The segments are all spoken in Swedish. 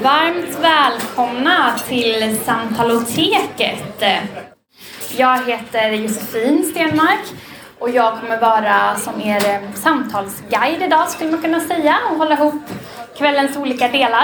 Varmt välkomna till Samtaloteket. Jag heter Josefin Stenmark och jag kommer vara som er samtalsguide idag, skulle man kunna säga, och hålla ihop kvällens olika delar.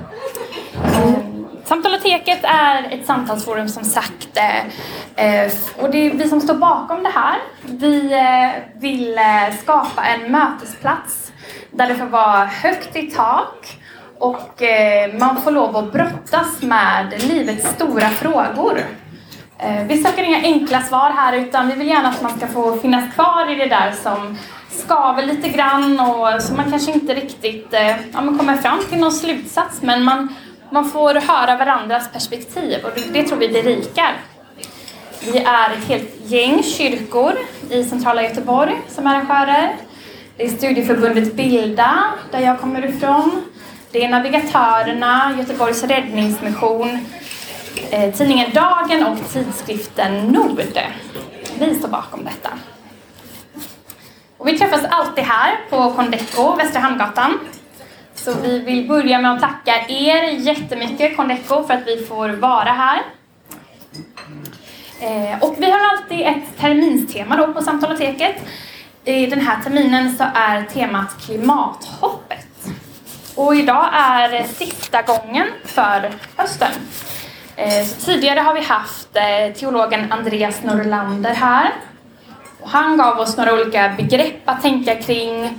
Samtaloteket är ett samtalsforum, som sagt, och det är vi som står bakom det här. Vi vill skapa en mötesplats där det får vara högt i tak och man får lov att brottas med livets stora frågor. Vi söker inga enkla svar här, utan vi vill gärna att man ska få finnas kvar i det där som skaver lite grann och som man kanske inte riktigt man kommer fram till någon slutsats, men man får höra varandras perspektiv och det tror vi berikar. Vi är ett helt gäng kyrkor i centrala Göteborg som arrangörer. Det är studieförbundet Bilda, där jag kommer ifrån. Det är Navigatörerna, Göteborgs räddningsmission, tidningen Dagen och tidskriften Nord. Vi står bakom detta. Och vi träffas alltid här på Condeco, Västra Hamngatan. Så vi vill börja med att tacka er jättemycket, Condeco, för att vi får vara här. Och vi har alltid ett terminstema då på Samtaloteket. I den här terminen så är temat klimathoppet. Och idag är sista gången för hösten. Så tidigare har vi haft teologen Andreas Norlander här. Och han gav oss några olika begrepp att tänka kring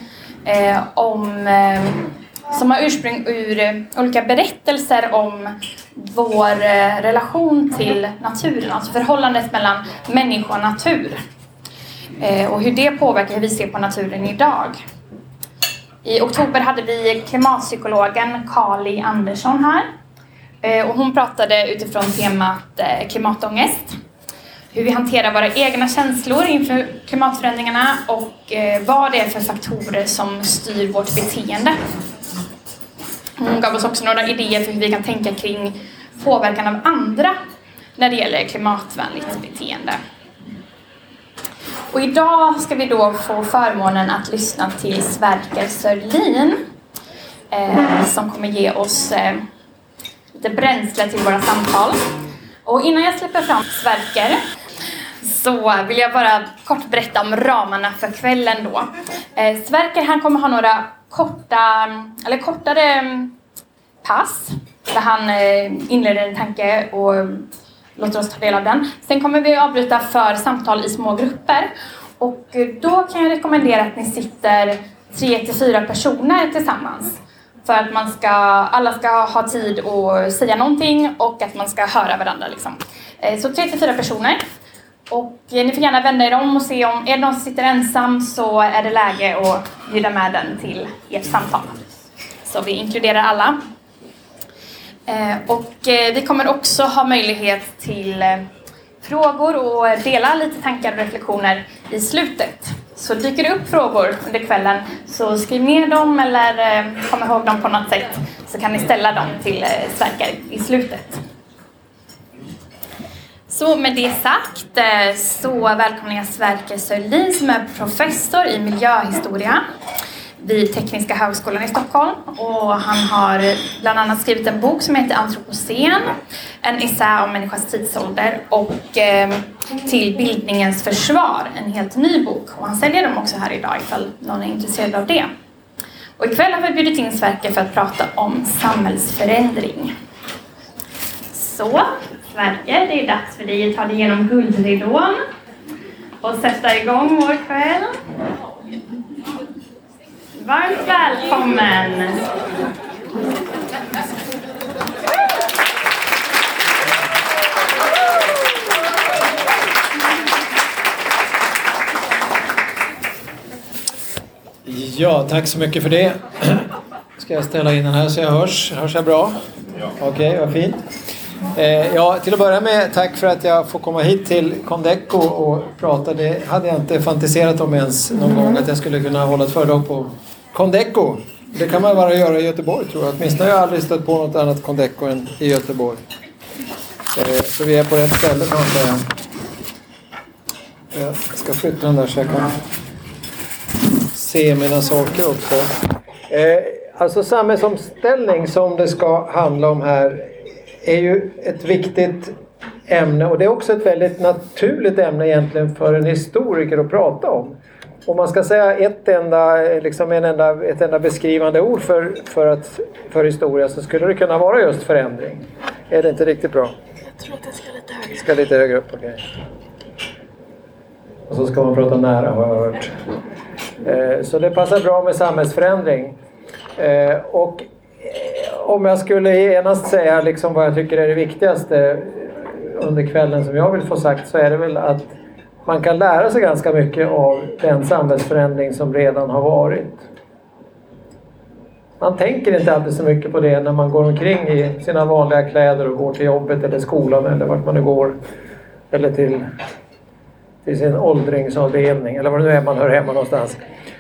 som har ursprung ur olika berättelser om vår relation till naturen, alltså förhållandet mellan människa och natur. Och hur det påverkar hur vi ser på naturen idag. I oktober hade vi klimatpsykologen Kali Andersson här. Och hon pratade utifrån temat klimatångest. Hur vi hanterar våra egna känslor inför klimatförändringarna och vad det är för faktorer som styr vårt beteende. Hon gav oss också några idéer för hur vi kan tänka kring påverkan av andra när det gäller klimatvänligt beteende. Och idag ska vi då få förmånen att lyssna till Sverker Sörlin som kommer ge oss lite bränsle till våra samtal. Och innan jag släpper fram Sverker så vill jag kort berätta om ramarna för kvällen då. Sverker, han kommer ha några kortare pass där han inleder en tanke och låter oss ta del av den. Sen kommer vi avbryta för samtal i små grupper. Och då kan jag rekommendera att ni sitter 3-4 personer tillsammans. För att alla ska ha tid att säga någonting och att man ska höra varandra. Liksom. Så 3-4 personer. Och ni får gärna vända er om och se om är det någon som sitter ensam, så är det läge att bjuda med den till ert samtal. Så vi inkluderar alla. Och vi kommer också ha möjlighet till frågor och dela lite tankar och reflektioner i slutet. Så dyker det upp frågor under kvällen, så skriv ner dem eller kom ihåg dem på något sätt, så kan ni ställa dem till Sverker i slutet. Så med det sagt så välkomnar jag Sverker Sörlin som är professor i miljöhistoria vid Tekniska högskolan i Stockholm, och han har bland annat skrivit en bok som heter Antropocen, en essä om människans tidsålder, och Till bildningens försvar, en helt ny bok, och han säljer dem också här idag ifall någon är intresserad av det. Och ikväll har vi bjudit in Sverker för att prata om samhällsförändring. Så Sverker, det är dags för dig att ta dig igenom guldridån och sätta igång vår kväll. Varmt välkommen! Ja, tack så mycket för det. Ska jag ställa in den här så jag hörs? Hörs jag bra? Ja. Okej, vad fint. Till att börja med, tack för att jag får komma hit till Condeco och prata. Det hade jag inte fantiserat om ens någon gång, att jag skulle kunna hålla ett föredrag på Condeco. Det kan man bara göra i Göteborg, tror jag. Åtminstone har jag aldrig stött på något annat Condeco än i Göteborg. Så vi är på rätt ställe, kan man säga. Jag ska flytta den där så jag kan se mina saker också. Alltså samhällsomställning som det ska handla om här är ju ett viktigt ämne, och det är också ett väldigt naturligt ämne egentligen för en historiker att prata om. Om man ska säga ett enda beskrivande ord för historia, så skulle det kunna vara just förändring. Är det inte riktigt bra? Jag tror att det ska lite högre. Ska lite högre upp, okej. Och så ska man prata nära, har jag hört. Så det passar bra med samhällsförändring. Och om jag skulle genast säga liksom vad jag tycker är det viktigaste under kvällen som jag vill få sagt, så är det väl att man kan lära sig ganska mycket av den samhällsförändring som redan har varit. Man tänker inte alltid så mycket på det när man går omkring i sina vanliga kläder och går till jobbet eller skolan eller vart man nu går. Eller till sin åldringsavdelning eller vad det nu är man hör hemma någonstans.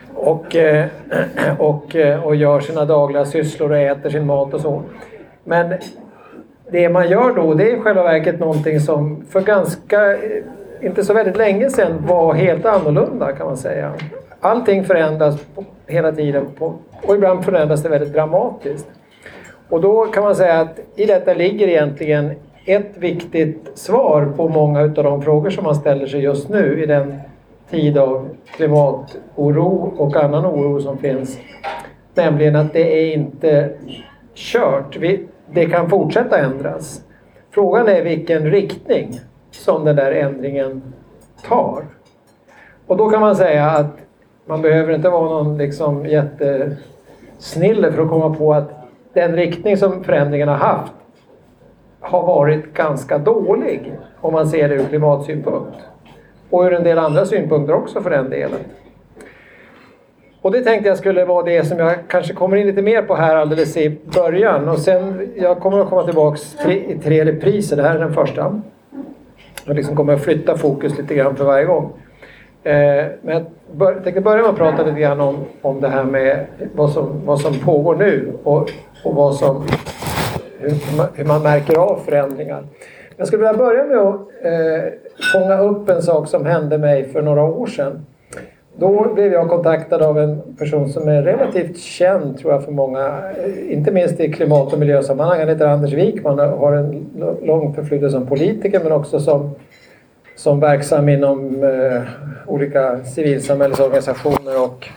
Och gör sina dagliga sysslor och äter sin mat och så. Men det man gör då, det är i själva verket någonting som för inte så väldigt länge sedan var helt annorlunda, kan man säga. Allting förändras hela tiden och ibland förändras det väldigt dramatiskt. Och då kan man säga att i detta ligger egentligen ett viktigt svar på många av de frågor som man ställer sig just nu i den tid av klimatoro och annan oro som finns. Nämligen att det är inte kört. Det kan fortsätta ändras. Frågan är vilken riktning som den där ändringen tar. Och då kan man säga att man behöver inte vara någon liksom jättesnille för att komma på att den riktning som förändringen har haft har varit ganska dålig om man ser det ur klimatsynpunkt. Och ur en del andra synpunkter också för den delen. Och det tänkte jag skulle vara det som jag kanske kommer in lite mer på här alldeles i början. Och sen, jag kommer att komma tillbaka i 3 repriser. Det här är den första. Jag liksom kommer att flytta fokus lite grann för varje gång. Men jag tänkte börja med att prata lite grann om det här med vad som pågår nu. Och hur man märker av förändringar. Jag skulle vilja börja med att fånga upp en sak som hände mig för några år sedan. Då blev jag kontaktad av en person som är relativt känd, tror jag, för många, inte minst i klimat- och miljösammanhang. Han heter Anders Wijkman och har en lång förfluten som politiker, men också som verksam inom olika civilsamhällesorganisationer och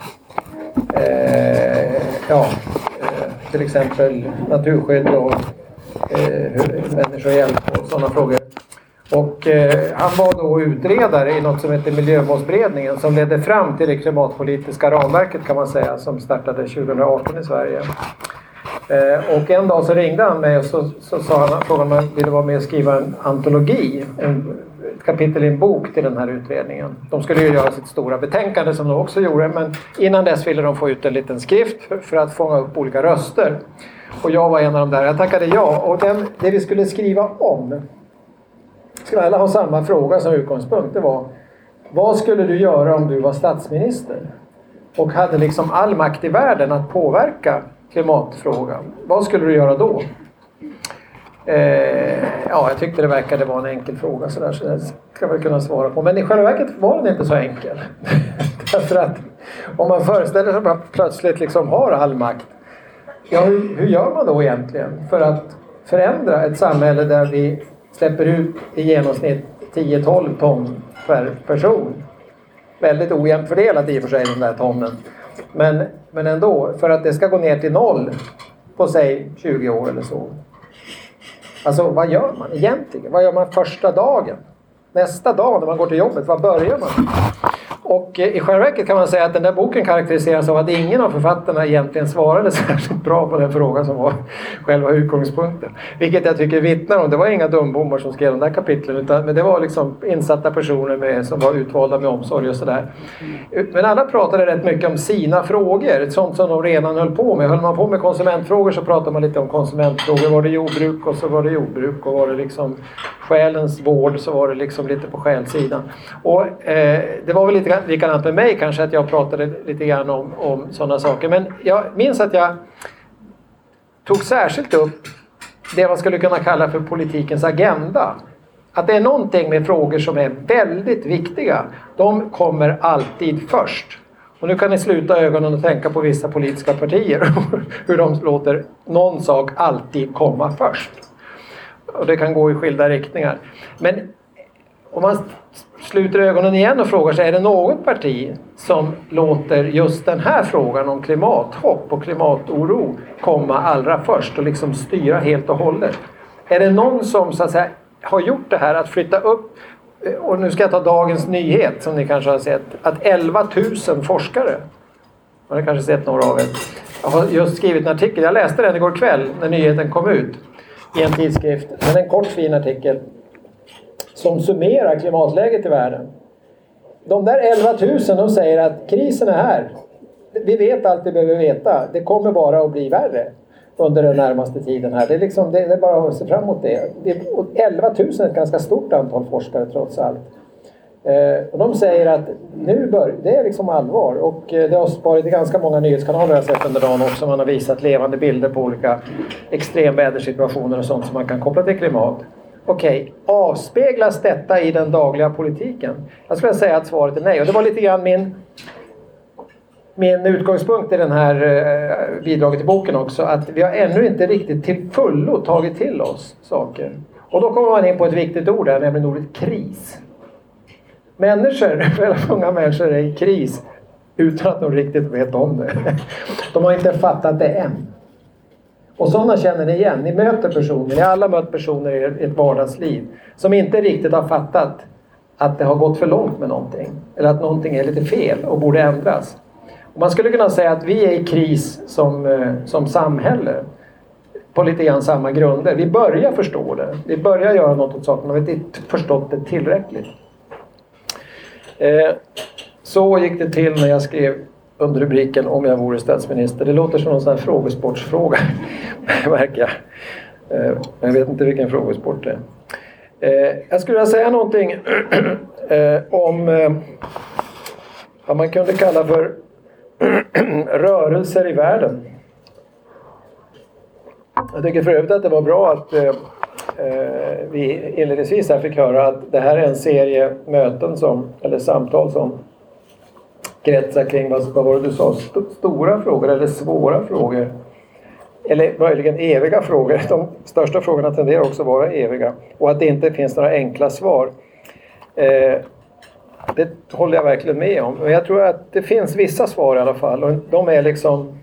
till exempel naturskydd och människohjälp och sådana frågor. Och han var då utredare i något som heter Miljömålsberedningen, som ledde fram till det klimatpolitiska ramverket, kan man säga, som startade 2018 i Sverige. Och en dag så ringde han mig och så sa han, frågade om han ville vara med och skriva en antologi, ett kapitel i en bok till den här utredningen. De skulle ju göra sitt stora betänkande som de också gjorde, men innan dess ville de få ut en liten skrift för att fånga upp olika röster. Och jag var en av dem där. Jag tackade ja. Och det vi skulle skriva om, skulle alla ha samma fråga som utgångspunkt. Det var, vad skulle du göra om du var statsminister? Och hade liksom all makt i världen att påverka klimatfrågan. Vad skulle du göra då? Jag tyckte det verkade vara en enkel fråga. Så det ska man kunna svara på. Men i själva verket var den inte så enkel. Därför att om man föreställer sig att man plötsligt liksom har all makt. Ja, hur gör man då egentligen för att förändra ett samhälle där vi släpper ut i genomsnitt 10-12 ton per person? Väldigt ojämnt fördelat i och för sig, de där tonnen. Men ändå, för att det ska gå ner till 0 på säg 20 år eller så. Alltså, vad gör man egentligen? Vad gör man första dagen? Nästa dag när man går till jobbet, vad börjar man? Och i själva verket kan man säga att den där boken karaktäriseras av att ingen av författarna egentligen svarade särskilt bra på den frågan som var själva utgångspunkten. Vilket jag tycker vittnar om, det var inga dumbommar som skrev de där kapitlen, men det var liksom insatta personer som var utvalda med omsorg och sådär. Men alla pratade rätt mycket om sina frågor, sånt som de redan höll på med. Höll man på med konsumentfrågor så pratade man lite om konsumentfrågor. Var det jordbruk och så var det jordbruk, och var det liksom själens vård så var det liksom lite på själsidan. Och det var väl lite likadant med mig kanske, att jag pratade lite grann om sådana saker. Men jag minns att jag tog särskilt upp det man skulle kunna kalla för politikens agenda. Att det är någonting med frågor som är väldigt viktiga. De kommer alltid först. Och nu kan ni sluta ögonen och tänka på vissa politiska partier. Hur de låter någon sak alltid komma först. Och det kan gå i skilda riktningar. Men om man sluter ögonen igen och frågar sig, är det något parti som låter just den här frågan om klimathopp och klimatoro komma allra först och liksom styra helt och hållet? Är det någon som så att säga har gjort det här att flytta upp, och nu ska jag ta dagens nyhet som ni kanske har sett, att 11 000 forskare, har ni kanske sett några av er, jag har just skrivit en artikel, jag läste den igår kväll när nyheten kom ut i en tidskrift, men en kort fin artikel som summerar klimatläget i världen. De där 11 000 de säger att krisen är här. Vi vet allt vi behöver veta. Det kommer bara att bli värre under den närmaste tiden här. Det är bara att se fram emot det. 11 000 är ett ganska stort antal forskare trots allt. Och de säger att det är liksom allvar. Och det har varit i ganska många nyhetskanaler jag har sett under dagen också. Man har visat levande bilder på olika extremvädersituationer och sånt som man kan koppla till klimat. Okej, avspeglas detta i den dagliga politiken? Jag skulle säga att svaret är nej. Och det var lite grann min utgångspunkt i den här bidraget i boken också. Att vi har ännu inte riktigt till fullo tagit till oss saker. Och då kommer man in på ett viktigt ord där, nämligen ordet kris. Väldigt många människor är i kris utan att de riktigt vet om det. De har inte fattat det än. Och sådana känner ni igen. Ni möter personer, ni har alla mött personer i ett vardagsliv som inte riktigt har fattat att det har gått för långt med någonting. Eller att någonting är lite fel och borde ändras. Och man skulle kunna säga att vi är i kris som samhälle. På lite grann samma grunder. Vi börjar förstå det. Vi börjar göra något åt saken, men vi har inte förstått det tillräckligt. Så gick det till när jag skrev under rubriken om jag vore statsminister. Det låter som någon sån här frågesportsfråga, märker jag. Jag vet inte vilken frågesport det är. Jag skulle vilja säga någonting om vad man kunde kalla för rörelser i världen. Jag tycker för övrigt att det var bra att vi inledningsvis här fick höra att det här är en serie möten eller samtal som kretsar kring vad var det du sa? Stora frågor eller svåra frågor. Eller möjligen eviga frågor. De största frågorna tenderar också att vara eviga. Och att det inte finns några enkla svar. Det håller jag verkligen med om. Men jag tror att det finns vissa svar i alla fall. Och de är liksom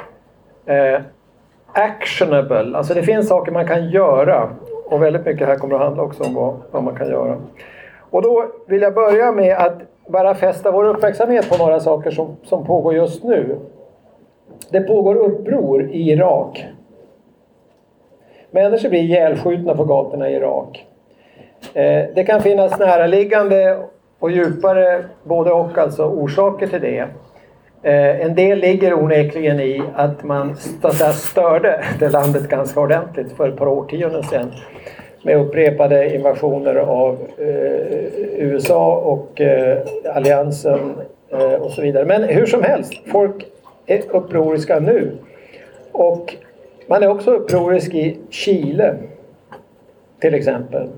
actionable. Alltså det finns saker man kan göra. Och väldigt mycket här kommer att handla också om vad man kan göra. Och då vill jag börja med att bara fästa vår uppmärksamhet på några saker som pågår just nu. Det pågår uppror i Irak. Människor blir ihjälskjutna på gatorna i Irak. Det kan finnas näraliggande och djupare både och alltså orsaker till det. En del ligger onekligen i att man störde det landet ganska ordentligt för ett par årtionden sedan. Med upprepade invasioner av USA och alliansen och så vidare. Men hur som helst, folk är upproriska nu. Och man är också upprorisk i Chile till exempel.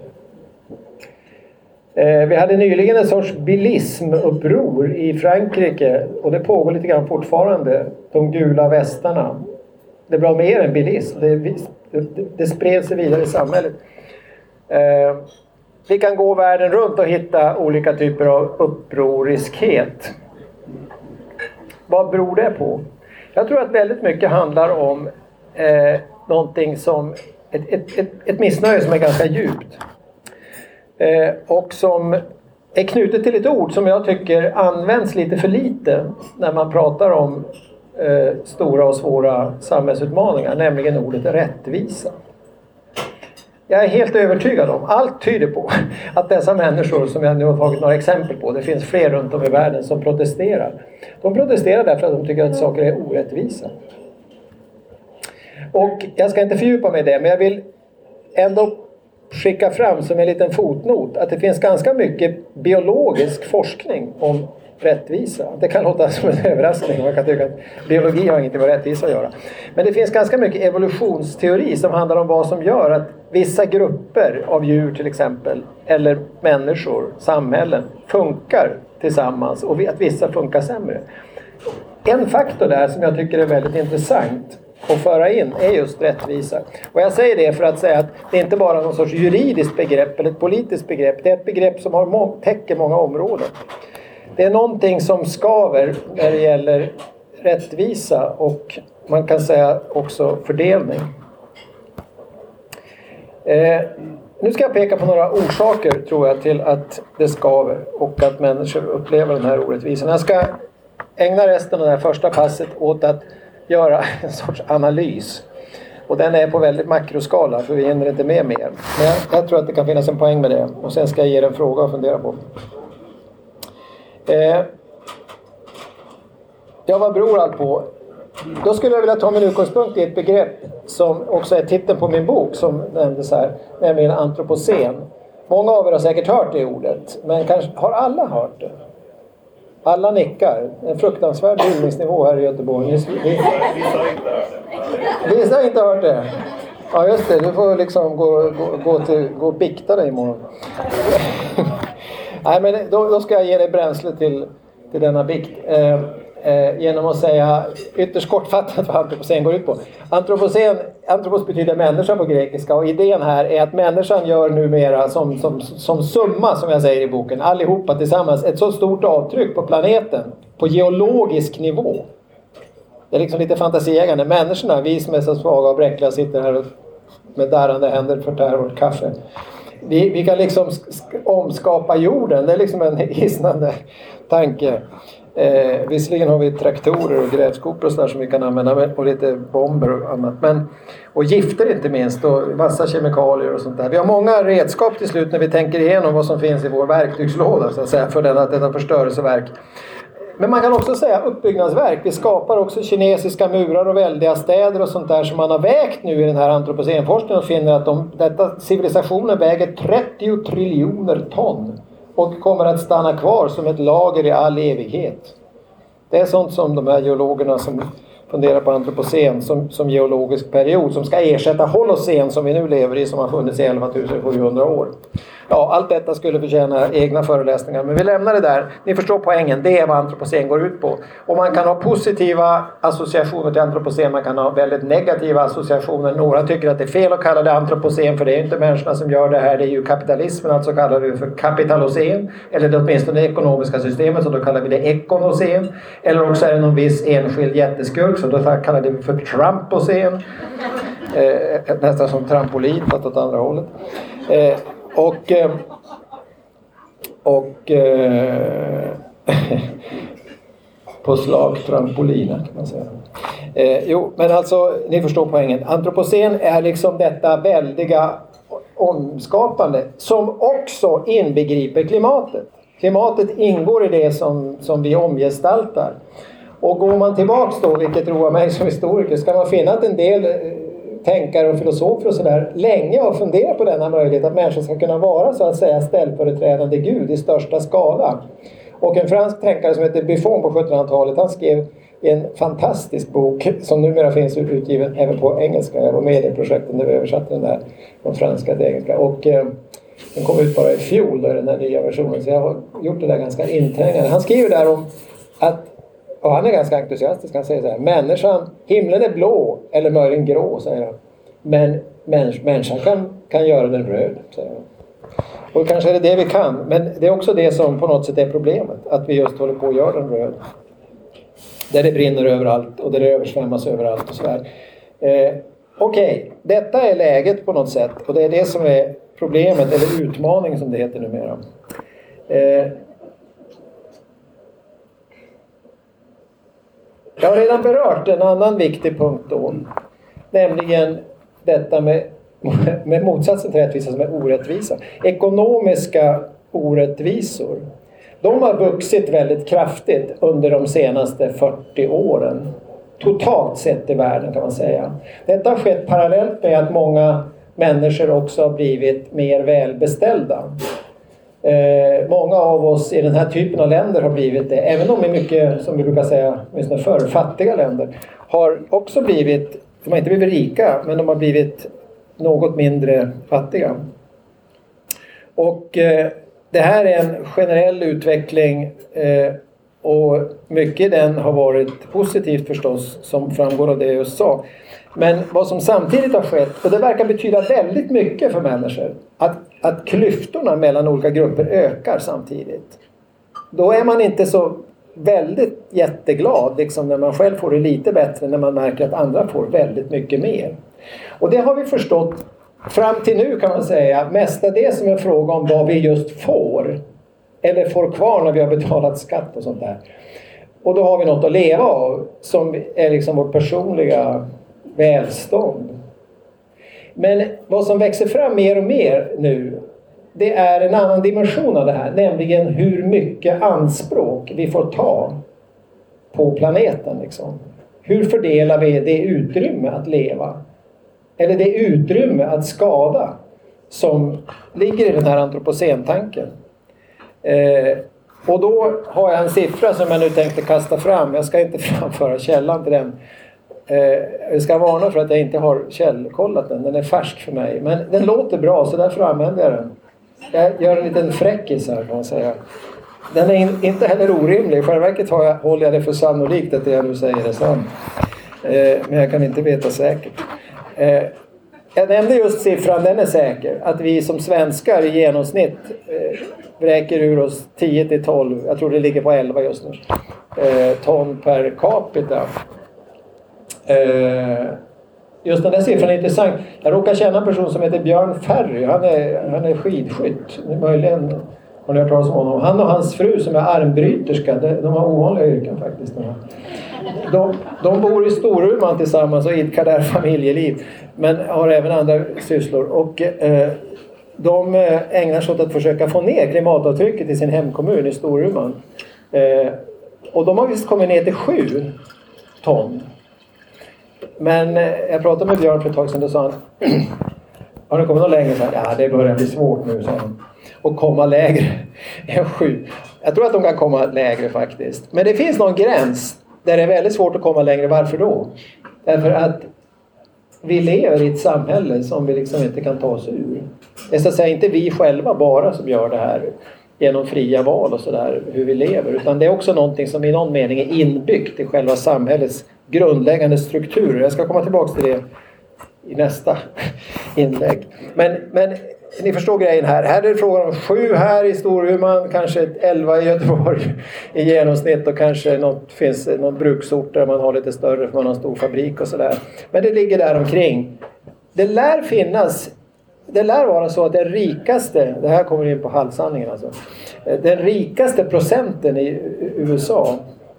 Vi hade nyligen en sorts bilismuppror i Frankrike och det pågår lite grann fortfarande. De gula västarna. Det är bra mer än bilism. Det spred sig vidare i samhället. Vi kan gå världen runt och hitta olika typer av upproriskhet. Vad beror det på? Jag tror att väldigt mycket handlar om någonting som ett missnöje som är ganska djupt. Och som är knutet till ett ord som jag tycker används lite för lite när man pratar om stora och svåra samhällsutmaningar, nämligen ordet rättvisa. Jag är helt övertygad om, allt tyder på att dessa människor som jag nu har tagit några exempel på, det finns fler runt om i världen som protesterar. De protesterar därför att de tycker att saker är orättvisa. Och jag ska inte fördjupa mig i det, men jag vill ändå skicka fram som en liten fotnot att det finns ganska mycket biologisk forskning om rättvisa. Det kan låta som en överraskning. Man kan tycka att biologi har ingenting med rättvisa att göra. Men det finns ganska mycket evolutionsteori som handlar om vad som gör att vissa grupper av djur till exempel, eller människor, samhällen, funkar tillsammans och att vissa funkar sämre. en faktor där som jag tycker är väldigt intressant att föra in är just rättvisa. Och jag säger det för att säga att det är inte bara någon sorts juridiskt begrepp eller ett politiskt begrepp. Det är ett begrepp som täcker många områden. Det är någonting som skaver när det gäller rättvisa och man kan säga också fördelning. Nu ska jag peka på några orsaker tror jag till att det skaver och att människor upplever den här orättvisan. Jag ska ägna resten av det här första passet åt att göra en sorts analys. Och den är på väldigt makroskala för vi hinner inte med mer. Men jag tror att det kan finnas en poäng med det. Och sen ska jag ge er en fråga att fundera på. Ja, vad beror allt på? Då skulle jag vilja ta min utgångspunkt i ett begrepp som också är titeln på min bok som nämndes här, nämligen antropocen. Många av er har säkert hört det ordet, men kanske har alla hört det? Alla nickar. En fruktansvärd bildningsnivå här i Göteborg. Vissa har inte hört det. Ja, just det. Du får liksom gå och bikta dig imorgon. Nej, men då ska jag ge dig bränsle till denna bikt. Genom att säga ytterst kortfattat vad antropocen går ut på. Antropos betyder människa på grekiska och idén här är att människan gör numera som summa, som jag säger i boken, allihopa tillsammans ett så stort avtryck på planeten på geologisk nivå. Det är liksom lite fantasieggande. Människorna, vi som är så svaga och bräckliga, sitter här med darrande händer förtär vårt kaffe. Vi kan liksom omskapa jorden. Det är liksom en hisnande tanke. Visserligen har vi traktorer och grävskopor och sådär som vi kan använda och lite bomber och annat. Och gifter inte minst och massa kemikalier och sånt där. Vi har många redskap till slut när vi tänker igenom vad som finns i vår verktygslåda så att säga, för detta förstörelseverk. Men man kan också säga uppbyggnadsverk. Vi skapar också kinesiska murar och väldiga städer och sånt där som man har vägt nu i den här antropocenforskningen och finner att detta civilisationen väger 30 triljoner ton. Och kommer att stanna kvar som ett lager i all evighet. Det är sånt som de här geologerna som funderar på antropocen som geologisk period. Som ska ersätta holocen som vi nu lever i som har funnits i 11 700 år. Ja, allt detta skulle förtjäna egna föreläsningar. Men vi lämnar det där. Ni förstår poängen. Det är vad antropocen går ut på. Och man kan ha positiva associationer till antropocen. Man kan ha väldigt negativa associationer. Några tycker att det är fel att kalla det antropocen. För det är inte människorna som gör det här. Det är ju kapitalismen. Alltså kallar vi det för kapitalocen. Eller det åtminstone det ekonomiska systemet. Så då kallar vi det ekonocen. Eller också är det någon viss enskild jätteskurk. Så då kallar vi det för Trumpocen. Nästan som trampolin fast åt andra hållet. På slagtrampolina kan man säga. Men alltså, ni förstår poängen. Antropocen är liksom detta väldiga omskapande som också inbegriper klimatet. Klimatet ingår i det som vi omgestaltar. Och går man tillbaks då, vilket roar mig som historiker, ska man finna att en del tänkare och filosofer och sådär länge har funderat på denna möjlighet att människor ska kunna vara så att säga ställföreträdande Gud i största skala. Och en fransk tänkare som heter Buffon på 1700-talet, han skrev en fantastisk bok som numera finns utgiven även på engelska. Jag var med i det projektet när vi översatte den där från franska till engelska. Och den kom ut bara i fjol då, den här nya versionen, så jag har gjort det där ganska inträngande. Han skriver där om att, och han är ganska entusiastisk, han säger så här: människan, himlen är blå eller möjligen grå, säger han. Men människan kan göra den röd, säger han. Och kanske är det vi kan, men det är också det som på något sätt är problemet. Att vi just håller på att göra den röd. Där det brinner överallt och där det översvämmas överallt och sådär. Okej, detta är läget på något sätt. Och det är det som är problemet, eller utmaningen som det heter numera. Jag har redan berört en annan viktig punkt då. Nämligen detta med motsatsen till rättvisa som är orättvisa. Ekonomiska orättvisor. De har vuxit väldigt kraftigt under de senaste 40 åren. Totalt sett i världen kan man säga. Detta har skett parallellt med att många människor också har blivit mer välbeställda. Många av oss i den här typen av länder har blivit det. Även om de är mycket, som vi brukar säga, åtminstone förr, fattiga länder. Har också blivit, de har inte blivit rika, men de har blivit något mindre fattiga. Och det här är en generell utveckling Och mycket i den har varit positivt förstås, som framgår av det jag just sa. Men vad som samtidigt har skett, och det verkar betyda väldigt mycket för människor, att klyftorna mellan olika grupper ökar samtidigt. Då är man inte så väldigt jätteglad liksom när man själv får det lite bättre, när man märker att andra får väldigt mycket mer. Och det har vi förstått fram till nu, kan man säga, mestadels som en fråga om vad vi just får. Eller får kvar när vi har betalat skatt och sånt där. Och då har vi något att leva av som är liksom vårt personliga välstånd. Men vad som växer fram mer och mer nu, det är en annan dimension av det här. Nämligen hur mycket anspråk vi får ta på planeten. Liksom. Hur fördelar vi det utrymme att leva? Eller det utrymme att skada som ligger i den här antropocentanken. Och då har jag en siffra som jag nu tänkte kasta fram. Jag ska inte framföra källan till den. Jag ska varna för att jag inte har källkollat den. Den är färsk för mig. Men den låter bra, så därför använder jag den. Jag gör en liten fräckis här, kan man säga. Den är inte heller orimlig. I själva verket håller jag det för sannolikt att det jag nu säger är sant. Men jag kan inte veta säkert. Jag nämnde just siffran, den är säker. Att vi som svenskar i genomsnitt vräker ur oss 10-12, jag tror det ligger på 11 just nu, ton per capita. Just den där siffran är intressant. Jag råkar känna en person som heter Björn Ferry. Han är skidskytt. Möjligen har ni hört talas om honom. Han och hans fru som är armbryterska, de har ovanliga yrken faktiskt. De bor i Storuman tillsammans och idkar där familjeliv. Men har även andra sysslor. Och de ägnar sig åt att försöka få ner klimatavtrycket i sin hemkommun i Storuman. Och de har visst kommit ner till 7 ton. Men jag pratade med Björn för ett tag sedan och sa han, har ni kommit någon längre? Så ja, det börjar bli svårt nu, sa han. Och komma lägre än 7. Jag tror att de kan komma lägre faktiskt. Men det finns någon gräns där det är väldigt svårt att komma längre. Varför då? Därför att vi lever i ett samhälle som vi liksom inte kan ta oss ur. Det är så att säga inte vi själva bara som gör det här genom fria val och sådär, hur vi lever. Utan det är också någonting som i någon mening är inbyggt i själva samhällets grundläggande strukturer. Jag ska komma tillbaka till det i nästa inlägg. Men ni förstår grejen här. Här är det frågan om 7 här i Storuman, kanske 11 i Göteborg i genomsnitt, och kanske finns någon bruksort där man har lite större för man har en stor fabrik och sådär. Men det ligger där omkring. Det lär vara så att den rikaste, det här kommer in på halvsanningen alltså, den rikaste procenten i USA,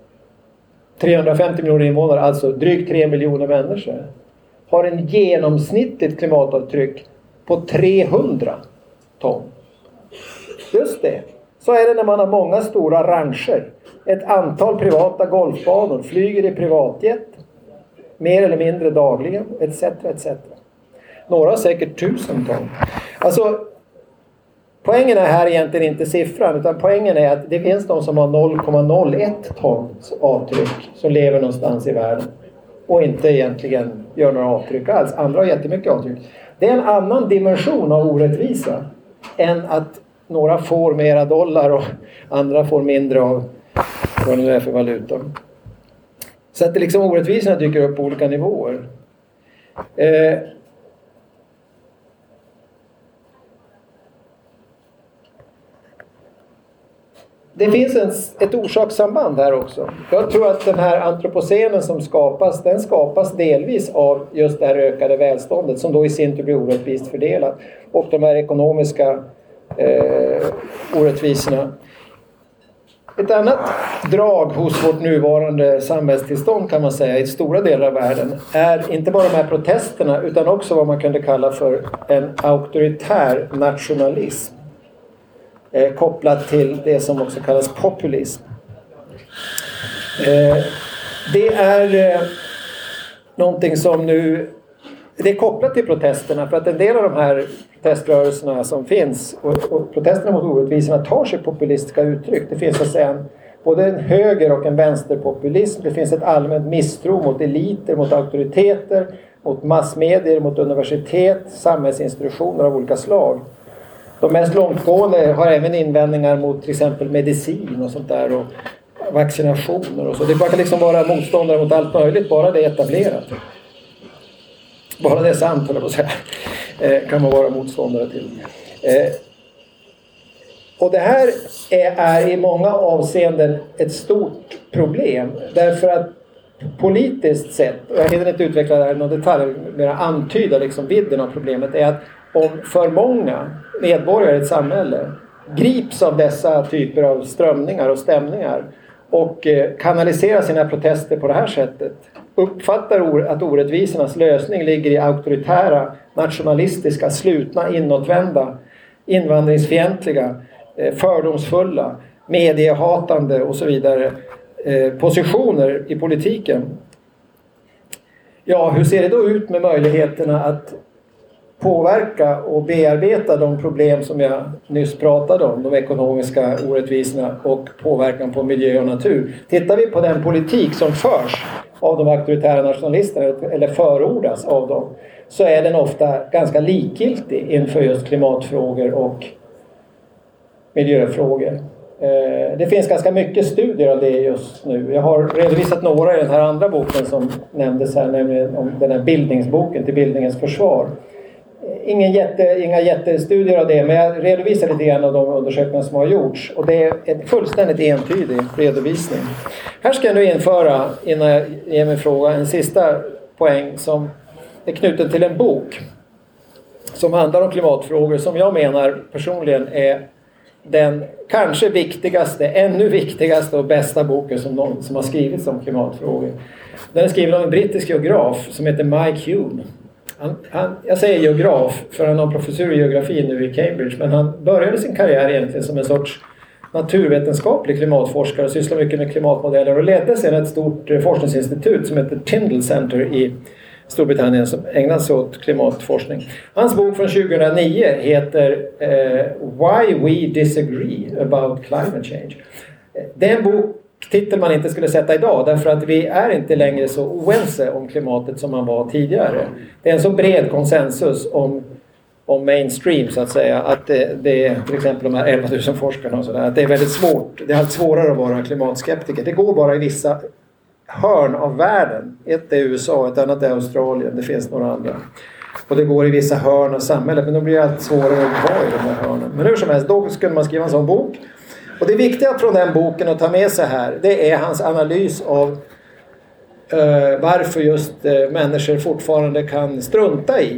350 miljoner invånare, alltså drygt 3 miljoner människor, har en genomsnittligt klimatavtryck på 300 ton. Just det. Så är det när man har många stora rancher. Ett antal privata golfbanor, flyger i privatjet, mer eller mindre dagligen, etc. Några har säkert 1000 ton. Alltså, poängen är här egentligen inte siffran, utan poängen är att det finns de som har 0,01 tons avtryck som lever någonstans i världen och inte egentligen gör några avtryck alls. Andra har jättemycket avtryck. Det är en annan dimension av orättvisa än att några får mera dollar och andra får mindre av vad det nu är för valuta. Så att det liksom orättvisorna dyker upp på olika nivåer. Det finns ett orsakssamband här också. Jag tror att den här antropocenen som skapas, den skapas delvis av just det här ökade välståndet som då i sin tur blir orättvist fördelat. Och de här ekonomiska orättvisorna. Ett annat drag hos vårt nuvarande samhällstillstånd, kan man säga, i stora delar av världen är inte bara de här protesterna utan också vad man kunde kalla för en auktoritär nationalism. Kopplat till det som också kallas populism. Det är någonting som nu, det är kopplat till protesterna, för att en del av de här proteströrelserna som finns och protesterna mot orättvisorna tar sig populistiska uttryck. Det finns så att säga både en höger- och en vänsterpopulism. Det finns ett allmänt misstro mot eliter, mot auktoriteter, mot massmedier, mot universitet, samhällsinstitutioner av olika slag. De mest långtgående har även invändningar mot till exempel medicin och sånt där, och vaccinationer och så. Man kan liksom vara motståndare mot allt möjligt, bara det är etablerat. Bara det är sant, eller vad säga, kan man vara motståndare till. Och det här är i många avseenden ett stort problem. Därför att politiskt sett, och jag hinner inte utveckla det här i någon detalj, mer antyda liksom vidden av problemet, är att om för många medborgare i ett samhälle grips av dessa typer av strömningar och stämningar och kanaliserar sina protester på det här sättet, uppfattar att orättvisornas lösning ligger i auktoritära, nationalistiska, slutna, inåtvända, invandringsfientliga, fördomsfulla, mediehatande och så vidare positioner i politiken. Ja, hur ser det då ut med möjligheterna att påverka och bearbeta de problem som jag nyss pratade om, de ekonomiska orättvisorna och påverkan på miljö och natur? Tittar vi på den politik som förs av de auktoritära nationalisterna eller förordas av dem, så är den ofta ganska likgiltig inför just klimatfrågor och miljöfrågor. Det finns ganska mycket studier av det just nu. Jag har redovisat några i den här andra boken som nämndes här, nämligen om den här bildningsboken Till bildningens försvar. Inga jättestudier av det, men jag redovisar lite grann av de undersökningar som har gjorts. Och det är en fullständigt entydig redovisning. Här ska jag nu införa, innan jag ger mig fråga, en sista poäng som är knuten till en bok som handlar om klimatfrågor, som jag menar personligen är den kanske viktigaste, ännu viktigaste och bästa boken som har skrivits om klimatfrågor. Den är skriven av en brittisk geograf som heter Mike Hume. Jag säger geograf för han har professor i geografi nu i Cambridge, men han började sin karriär egentligen som en sorts naturvetenskaplig klimatforskare och sysslade mycket med klimatmodeller och ledde sedan ett stort forskningsinstitut som heter Tyndall Center i Storbritannien som ägnar sig åt klimatforskning. Hans bok från 2009 heter Why We Disagree About Climate Change. Det är en boktitel man inte skulle sätta idag, därför att vi är inte längre så oense om klimatet som man var tidigare. Det är en så bred konsensus om mainstream så att säga, att det är till exempel de här 11 000 forskarna och sådär, att det är väldigt svårt, det är allt svårare att vara klimatskeptiker. Det går bara i vissa hörn av världen. Ett är USA, ett annat är Australien, det finns några andra. Och det går i vissa hörn av samhället, men då blir det allt svårare att vara i de här hörnen. Men hur som helst, då skulle man skriva en sån bok. Och det viktiga från den boken att ta med sig här, det är hans analys av varför just människor fortfarande kan strunta i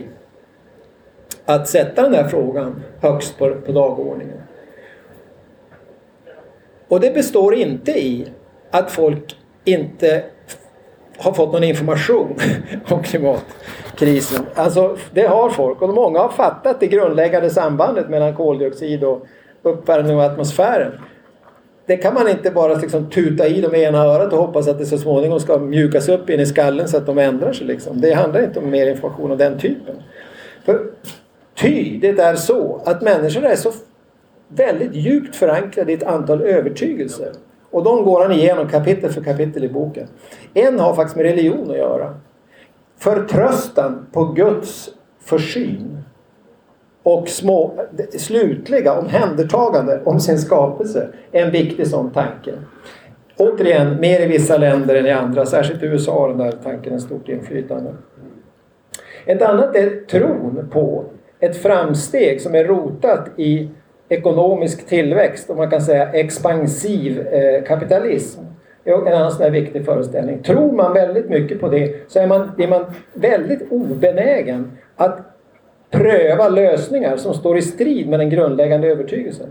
att sätta den här frågan högst på dagordningen. Och det består inte i att folk inte har fått någon information om klimatkrisen. Alltså det har folk, och många har fattat det grundläggande sambandet mellan koldioxid och uppvärmning av atmosfären. Det kan man inte bara liksom tuta i dem i ena örat och hoppas att det så småningom ska mjukas upp in i skallen så att de ändrar sig. Liksom. Det handlar inte om mer information av den typen. För det är så att människor är så väldigt djupt förankrade i ett antal övertygelser. Och de går han igenom kapitel för kapitel i boken. En har faktiskt med religion att göra. Förtröstan på Guds försyn. Och slutliga omhändertagande om sin skapelse är en viktig sån tanke. Återigen, mer i vissa länder än i andra. Särskilt i USA har den där tanken en stort inflytande. Ett annat är tron på ett framsteg som är rotat i ekonomisk tillväxt, och man kan säga expansiv kapitalism. Det är en annan sån här viktig föreställning. Tror man väldigt mycket på det, så är man väldigt obenägen att pröva lösningar som står i strid med den grundläggande övertygelsen.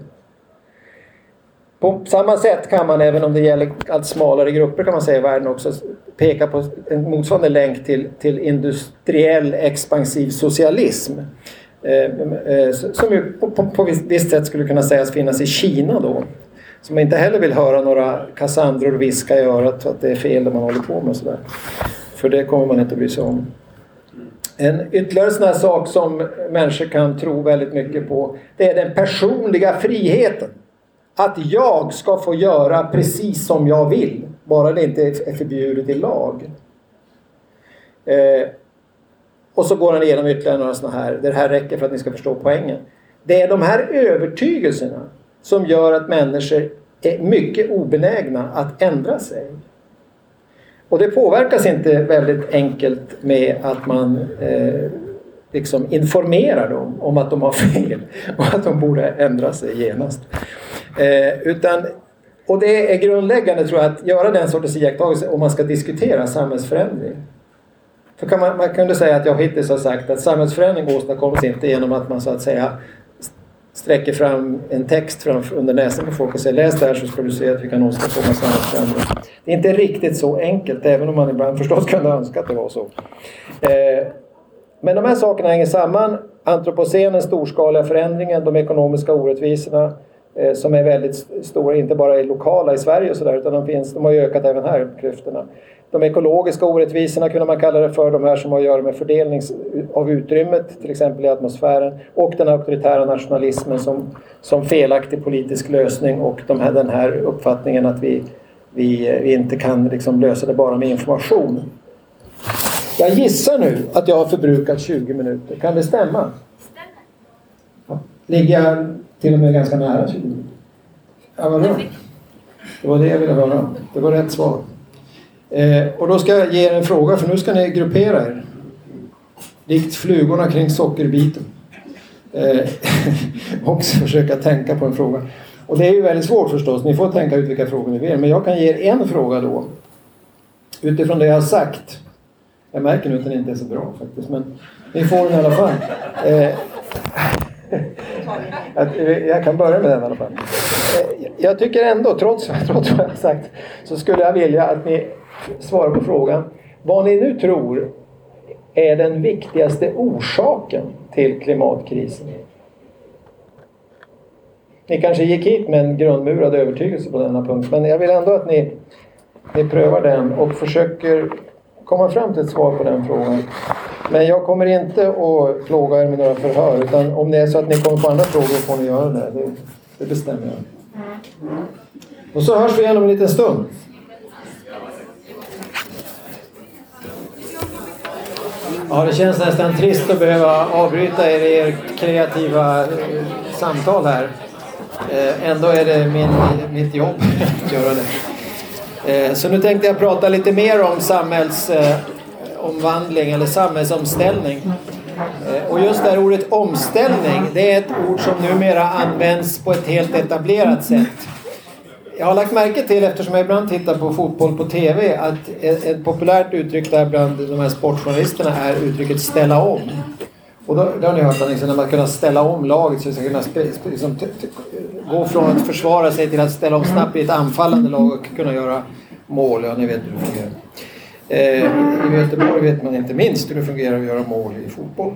På samma sätt kan man, även om det gäller allt smalare grupper kan man säga i världen också, peka på en motsvarande länk till industriell expansiv socialism. Som ju på visst sätt skulle kunna sägas finnas i Kina då. Som inte heller vill höra några kassandror viska i örat att det är fel det man håller på med. Sådär. För det kommer man inte bry sig om. En ytterligare sån här sak som människor kan tro väldigt mycket på, det är den personliga friheten. Att jag ska få göra precis som jag vill, bara det inte är förbjudet i lag. Och så går han igenom ytterligare några såna här. Det här räcker för att ni ska förstå poängen. Det är de här övertygelserna som gör att människor är mycket obenägna att ändra sig. Och det påverkas inte väldigt enkelt med att man liksom informerar dem om att de har fel och att de borde ändra sig genast. Och det är grundläggande, tror jag, att göra den sortens iakttagelse om man ska diskutera samhällsförändring. För man kunde säga att jag hittills har sagt att samhällsförändring åstadkoms inte genom att man så att säga sträcker fram en text under näsan på folk och säger läs det här så ska du se att vi kan åstadkomma samhällsförändring. Det är inte riktigt så enkelt, även om man ibland förstås kan önska att det var så. Men de här sakerna hänger samman. Antropocenen, storskaliga förändringen, de ekonomiska orättvisorna som är väldigt stora, inte bara i lokala i Sverige och sådär, utan de har ju ökat även här, klyftorna. De ekologiska orättvisorna kunde man kalla det för, de här som har att göra med fördelning av utrymmet, till exempel i atmosfären, och den auktoritära nationalismen som felaktig politisk lösning, och den här uppfattningen att vi inte kan liksom lösa det bara med information. Jag gissar nu att jag har förbrukat 20 minuter. Kan det stämma? Ja. Ligger jag till och med ganska nära 20 minuter? Ja, vad bra. Det var det jag ville höra. Det var rätt svar. Och då ska jag ge er en fråga, för nu ska ni gruppera er. Likt flugorna kring sockerbiten. Och försöka tänka på en fråga. Och det är ju väldigt svårt förstås. Ni får tänka ut vilka frågor ni vill. Men jag kan ge er en fråga då. Utifrån det jag har sagt. Jag märker nu att den inte är så bra faktiskt. Men ni får den i alla fall. Jag kan börja med den i alla fall. Jag tycker ändå, trots vad jag har sagt, så skulle jag vilja att ni svarar på frågan. Vad ni nu tror är den viktigaste orsaken till klimatkrisen. Ni kanske gick hit med en grundmurad övertygelse på denna punkt. Men jag vill ändå att ni prövar den och försöker komma fram till ett svar på den frågan. Men jag kommer inte att plåga er med några förhör. Utan om det är så att ni kommer på andra frågor får ni göra det. Det bestämmer jag. Och så hörs vi igen om en liten stund. Ja, det känns nästan trist att behöva avbryta er kreativa samtal här. Ändå är det mitt jobb att göra det. Så nu tänkte jag prata lite mer om samhällsomvandling eller samhällsomställning. Och just det här ordet omställning, det är ett ord som numera används på ett helt etablerat sätt. Jag har lagt märke till, eftersom jag ibland tittar på fotboll på tv, att ett populärt uttryck där bland de här sportjournalisterna är uttrycket ställa om. Och då har ni hört att liksom, när man kan ställa om laget så ska kunna liksom, gå från att försvara sig till att ställa om snabbt i ett anfallande lag och kunna göra mål. Ja, ni vet hur det fungerar. I Göteborg vet man inte minst hur det fungerar att göra mål i fotboll.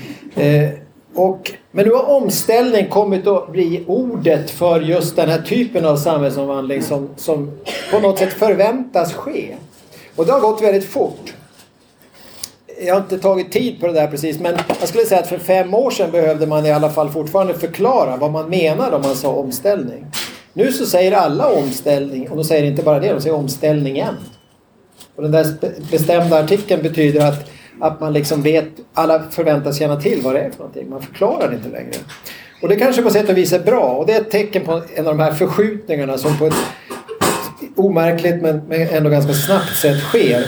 Men nu har omställning kommit att bli ordet för just den här typen av samhällsomvandling som på något sätt förväntas ske. Och det har gått väldigt fort. Jag har inte tagit tid på det där precis, men jag skulle säga att för 5 år sedan behövde man i alla fall fortfarande förklara vad man menar om man sa omställning. Nu så säger alla omställning, och de säger inte bara det, de säger omställningen. Och den där bestämda artikeln betyder att man liksom vet, alla förväntas känna till vad det är för någonting. Man förklarar det inte längre. Och det kanske på sätt och vis är bra. Och det är ett tecken på en av de här förskjutningarna som på ett omärkligt men ändå ganska snabbt sätt sker.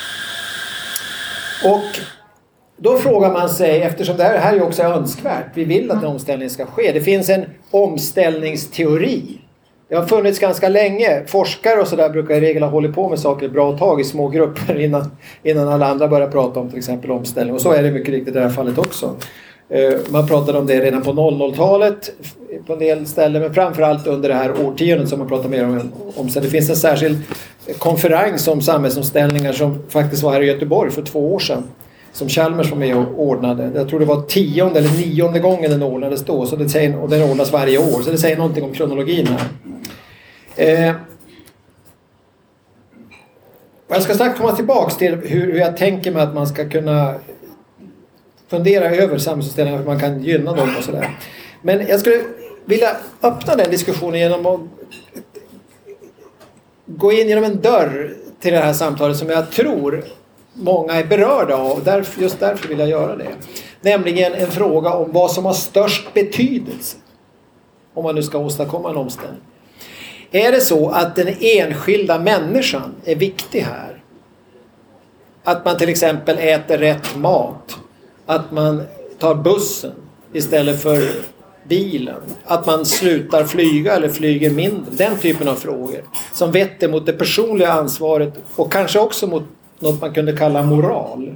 Och då frågar man sig, eftersom det här är också önskvärt, vi vill att en omställning ska ske. Det finns en omställningsteori. Det har funnits ganska länge. Forskare och sådär brukar i regel ha hållit på med saker ett bra tag i små grupper innan alla andra börjar prata om till exempel omställning. Och så är det mycket riktigt i det här fallet också. Man pratade om det redan på 00-talet på en del ställen, men framförallt under det här årtiondet som man pratar mer om omställning. Det finns en särskild konferens om samhällsomställningar som faktiskt var här i Göteborg för 2 år sedan. Som Chalmers var med och ordnade. Jag tror det var 10:e eller 9:e gången den ordnades då. Så det säger, och den ordnas varje år. Så det säger någonting om kronologin här. Jag ska strax komma tillbaka till hur jag tänker mig att man ska kunna fundera över samhällsomställningar, hur man kan gynna dem och sådär. Men jag skulle vilja öppna den diskussionen genom att gå in genom en dörr till det här samtalet som jag tror många är berörda av. Just därför vill jag göra det. Nämligen en fråga om vad som har störst betydelse om man nu ska åstadkomma en omställning. Är det så att den enskilda människan är viktig här? Att man till exempel äter rätt mat. Att man tar bussen istället för bilen. Att man slutar flyga eller flyger mindre. Den typen av frågor. Som vetter mot det personliga ansvaret och kanske också mot något man kunde kalla moral.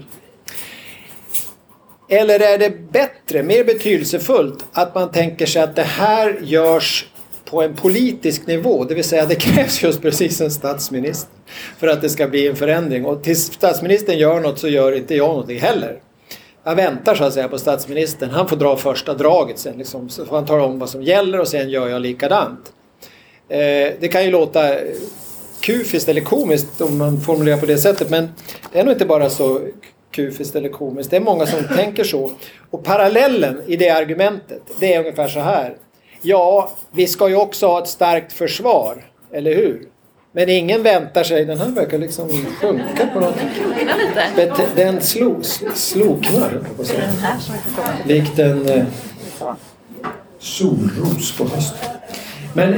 Eller är det bättre, mer betydelsefullt att man tänker sig att det här görs på en politisk nivå, det vill säga det krävs just precis en statsminister för att det ska bli en förändring. Och tills statsministern gör något så gör inte jag någonting heller. Jag väntar så att säga på statsministern. Han får dra första draget sen liksom, så får han tala om vad som gäller och sen gör jag likadant. Det kan ju låta kufiskt eller komiskt om man formulerar på det sättet, men det är nog inte bara så kufiskt eller komiskt. Det är många som tänker så. Och parallellen i det argumentet, det är ungefär så här. Ja, vi ska ju också ha ett starkt försvar, eller hur? Men ingen väntar sig, den här verkar liksom sjunka på något. Den sloknar på sig. Likt en solros på hösten. Men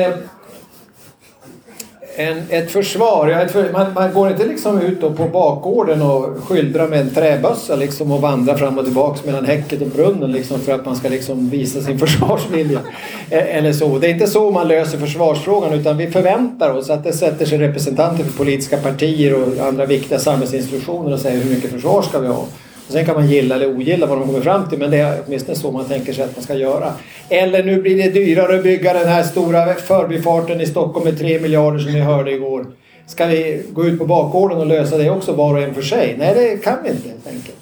ett försvar, man går inte liksom ut då på bakgården och skyldrar med en träbössa liksom och vandrar fram och tillbaka mellan häcket och brunnen liksom för att man ska liksom visa sin försvarsvilja eller så. Det är inte så man löser försvarsfrågan, utan vi förväntar oss att det sätter sig representanter för politiska partier och andra viktiga samhällsinstitutioner och säger hur mycket försvar ska vi ha. Och sen kan man gilla eller ogilla vad de kommer fram till, men det är åtminstone så man tänker sig att man ska göra. Eller nu blir det dyrare att bygga den här stora förbifarten i Stockholm med 3 miljarder som ni hörde igår. Ska vi gå ut på bakgården och lösa det också var och en för sig? Nej, det kan vi inte helt enkelt.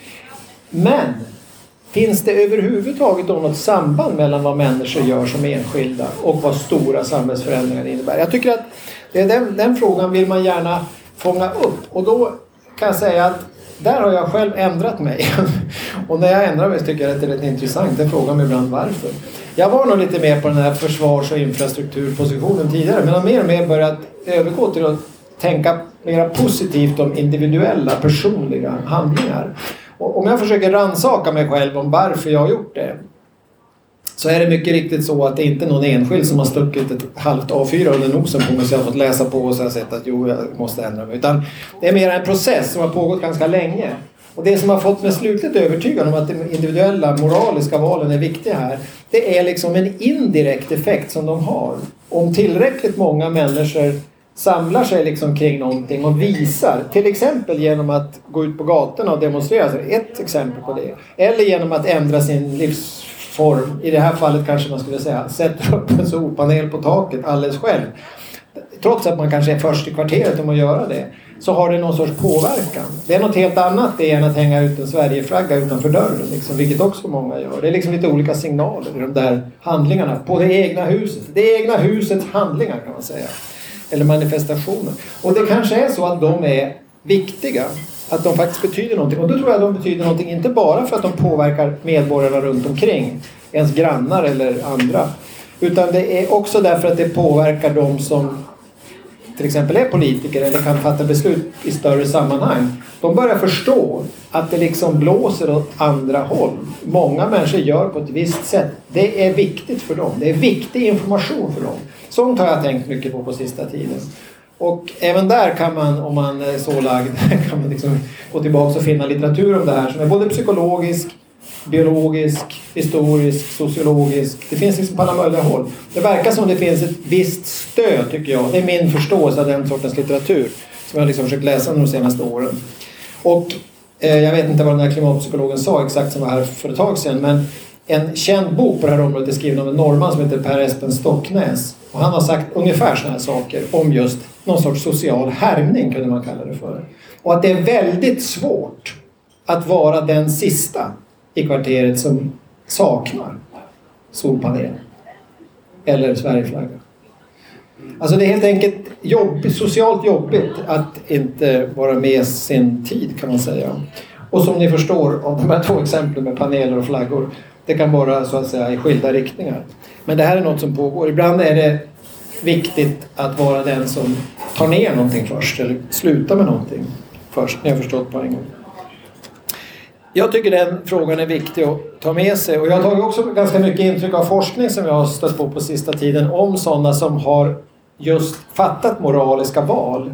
Men finns det överhuvudtaget något samband mellan vad människor gör som enskilda och vad stora samhällsförändringar innebär? Jag tycker att den frågan vill man gärna fånga upp. Och då kan jag säga att där har jag själv ändrat mig. Och när jag ändrar mig så tycker jag att det är rätt intressant. Jag frågar mig ibland varför. Jag var nog lite mer på den här försvars- och infrastrukturpositionen tidigare. Men har mer och mer börjat övergå till att tänka mer positivt om individuella, personliga handlingar. Och om jag försöker rannsaka mig själv om varför jag har gjort det, så är det mycket riktigt så att det inte är någon enskild som har stuckit ett halvt A4 under nosen på mig så jag har fått läsa på och så har jag sett att jo, jag måste ändra mig. Utan det är mer en process som har pågått ganska länge. Och det som har fått mig slutligt övertygad om att de individuella moraliska valen är viktiga här, det är liksom en indirekt effekt som de har. Om tillräckligt många människor samlar sig liksom kring någonting och visar, till exempel genom att gå ut på gatorna och demonstrera, så ett exempel på det. Eller genom att ändra sin livsform, i det här fallet kanske man skulle säga, sätter upp en solpanel på taket alldeles själv. Trots att man kanske är först i kvarteret om att göra det, så har det någon sorts påverkan. Det är något helt annat det än att hänga ut en Sverigeflagga utanför dörren, liksom, vilket också många gör. Det är liksom lite olika signaler i de där handlingarna på det egna huset. Det egna husets handlingar kan man säga. Eller manifestationer. Och det kanske är så att de är viktiga. Att de faktiskt betyder någonting. Och då tror jag att de betyder någonting inte bara för att de påverkar medborgarna runt omkring. Ens grannar eller andra. Utan det är också därför att det påverkar de som till exempel är politiker eller kan fatta beslut i större sammanhang. De börjar förstå att det liksom blåser åt andra håll. Många människor gör på ett visst sätt. Det är viktigt för dem. Det är viktig information för dem. Sånt har jag tänkt mycket på sista tiden. Och även där kan man, om man är så lagd, kan man liksom gå tillbaka och finna litteratur om det här som är både psykologisk, biologisk, historisk, sociologisk. Det finns liksom på alla möjliga håll. Det verkar som det finns ett visst stöd, tycker jag. Det är min förståelse av den sortens litteratur som jag liksom försökt läsa de senaste åren. Och jag vet inte vad den här klimatpsykologen sa exakt som var här för ett tag sedan, men en känd bok på det här området är skriven av en norrman som heter Per Espen Stocknäs. Och han har sagt ungefär såna här saker om just någon sorts social härmning, kunde man kalla det för. Och att det är väldigt svårt att vara den sista i kvarteret som saknar solpanel eller Sverigeflagga. Alltså det är helt enkelt socialt jobbigt att inte vara med sin tid, kan man säga. Och som ni förstår av de här 2 exemplen med paneler och flaggor, det kan vara så att säga i skilda riktningar. Men det här är något som pågår. Ibland är det viktigt att vara den som tar ner någonting först eller slutar med någonting först. Ni har förstått poängen. Jag tycker den frågan är viktig att ta med sig. Och jag har tagit också ganska mycket intryck av forskning som jag har stött på sista tiden om sådana som har just fattat moraliska val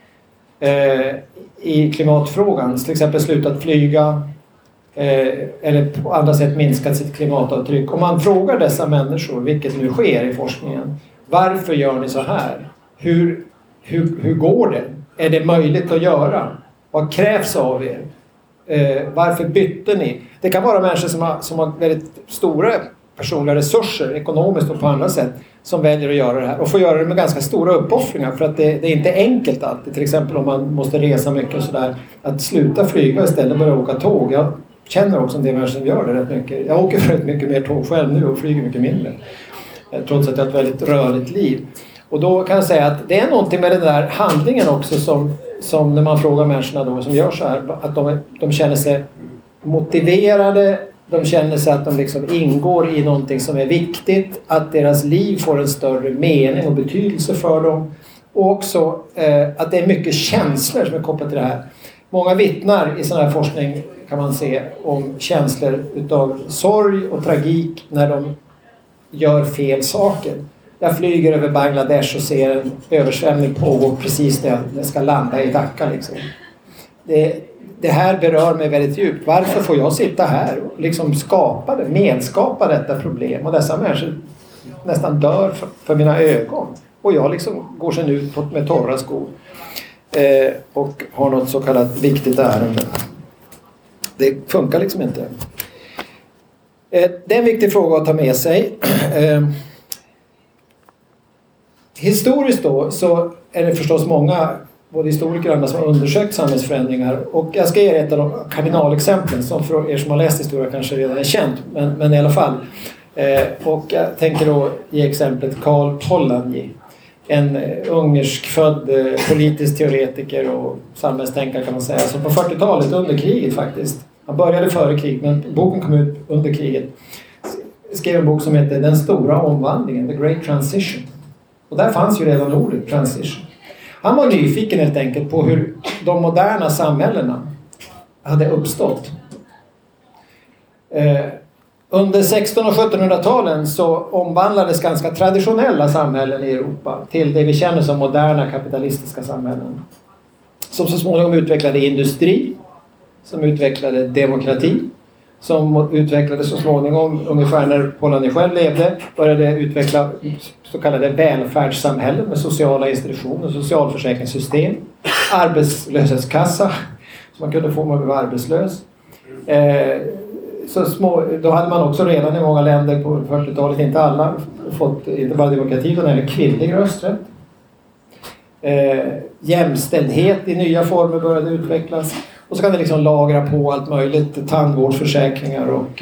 i klimatfrågan. Till exempel slutat flyga eller på andra sätt minskat sitt klimatavtryck. Om man frågar dessa människor, vilket nu sker i forskningen, varför gör ni så här? Hur går det? Är det möjligt att göra? Vad krävs av er? Varför bytte ni? Det kan vara människor som har väldigt stora personliga resurser, ekonomiskt och på andra sätt, som väljer att göra det här. Och får göra det med ganska stora uppoffringar, för att det är inte enkelt alltid. Till exempel om man måste resa mycket och sådär. Att sluta flyga istället börja åka tåg. Jag känner också en del människor som gör det rätt mycket. Jag åker väldigt mycket mer tåg själv nu och flyger mycket mindre. Trots att jag har ett väldigt rörligt liv. Och då kan jag säga att det är någonting med den där handlingen också som när man frågar människorna då som gör så här, att de känner sig motiverade, de känner sig att de liksom ingår i någonting som är viktigt, att deras liv får en större mening och betydelse för dem, och också att det är mycket känslor som är kopplat till det här. Många vittnar i sån här forskning, kan man se, om känslor utav sorg och tragik när de gör fel saker. Jag flyger över Bangladesh och ser en översvämning pågå precis när jag ska landa i Dhaka. Liksom. Det här berör mig väldigt djupt. Varför får jag sitta här och liksom medskapa detta problem? Och dessa människor nästan dör för mina ögon. Och jag liksom går sen ut med torra skor. Och har något så kallat viktigt ärende. Det funkar liksom inte. Det är en viktig fråga att ta med sig. Historiskt då så är det förstås många, både historiker och andra, som har undersökt samhällsförändringar. Och jag ska ge ett av de kardinalexemplen som för er som har läst historia kanske redan är känt. Men i alla fall. Och jag tänker då ge exemplet Karl Polanyi. En ungerskfödd politisk teoretiker och samhällstänkare kan man säga. Som på 40-talet under kriget faktiskt. Han började före kriget men boken kom ut under kriget. Skrev en bok som heter Den stora omvandlingen, The Great Transition. Och där fanns ju redan ordet transition. Han var nyfiken helt enkelt på hur de moderna samhällena hade uppstått. Under 1600- och 1700-talen så omvandlades ganska traditionella samhällen i Europa till det vi känner som moderna kapitalistiska samhällen. Som så småningom utvecklade industri, som utvecklade demokrati, som utvecklades så småningom ungefär när Polanyi själv levde, började utveckla så kallade välfärdssamhällen med sociala institutioner, socialförsäkringssystem, arbetslöshetskassa som man kunde få om man blev arbetslös. Då hade man också redan i många länder på 40-talet, inte alla, fått inte bara demokrati utan även kvinnlig rösträtt. Jämställdhet i nya former började utvecklas. Och så kan det liksom lagra på allt möjligt, tandvårdsförsäkringar och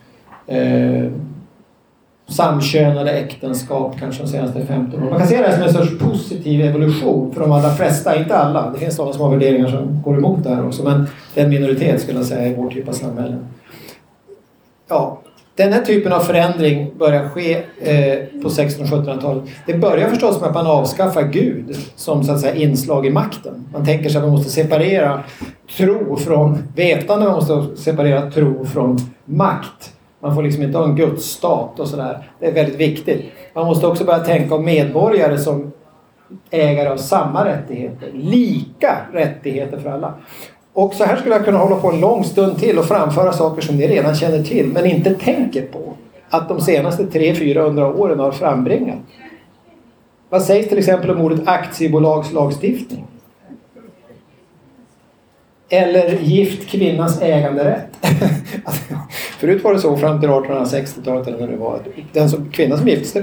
samkönade äktenskap kanske de senaste 15 åren. Man kan se det här som en sorts positiv evolution för de allra flesta, inte alla. Det finns sådana som har värderingar som går emot det här också, men det är en minoritet skulle jag säga i vår typ av samhälle. Ja, den här typen av förändring börjar ske på 1600- och 1700-talet. Det börjar förstås med att man avskaffar Gud som så att säga inslag i makten. Man tänker sig att man måste separera tro från vetande, man måste separera tro från makt. Man får liksom inte ha en gudsstat och sådär. Det är väldigt viktigt. Man måste också börja tänka om medborgare som ägare av samma rättigheter. Lika rättigheter för alla. Och så här skulle jag kunna hålla på en lång stund till och framföra saker som ni redan känner till men inte tänker på att de senaste 300-400 åren har frambringat. Vad sägs till exempel om ordet aktiebolagslagstiftning? Eller gift kvinnans äganderätt. Förut var det så fram till 1860-talet eller när det var. Kvinnan som gifte sig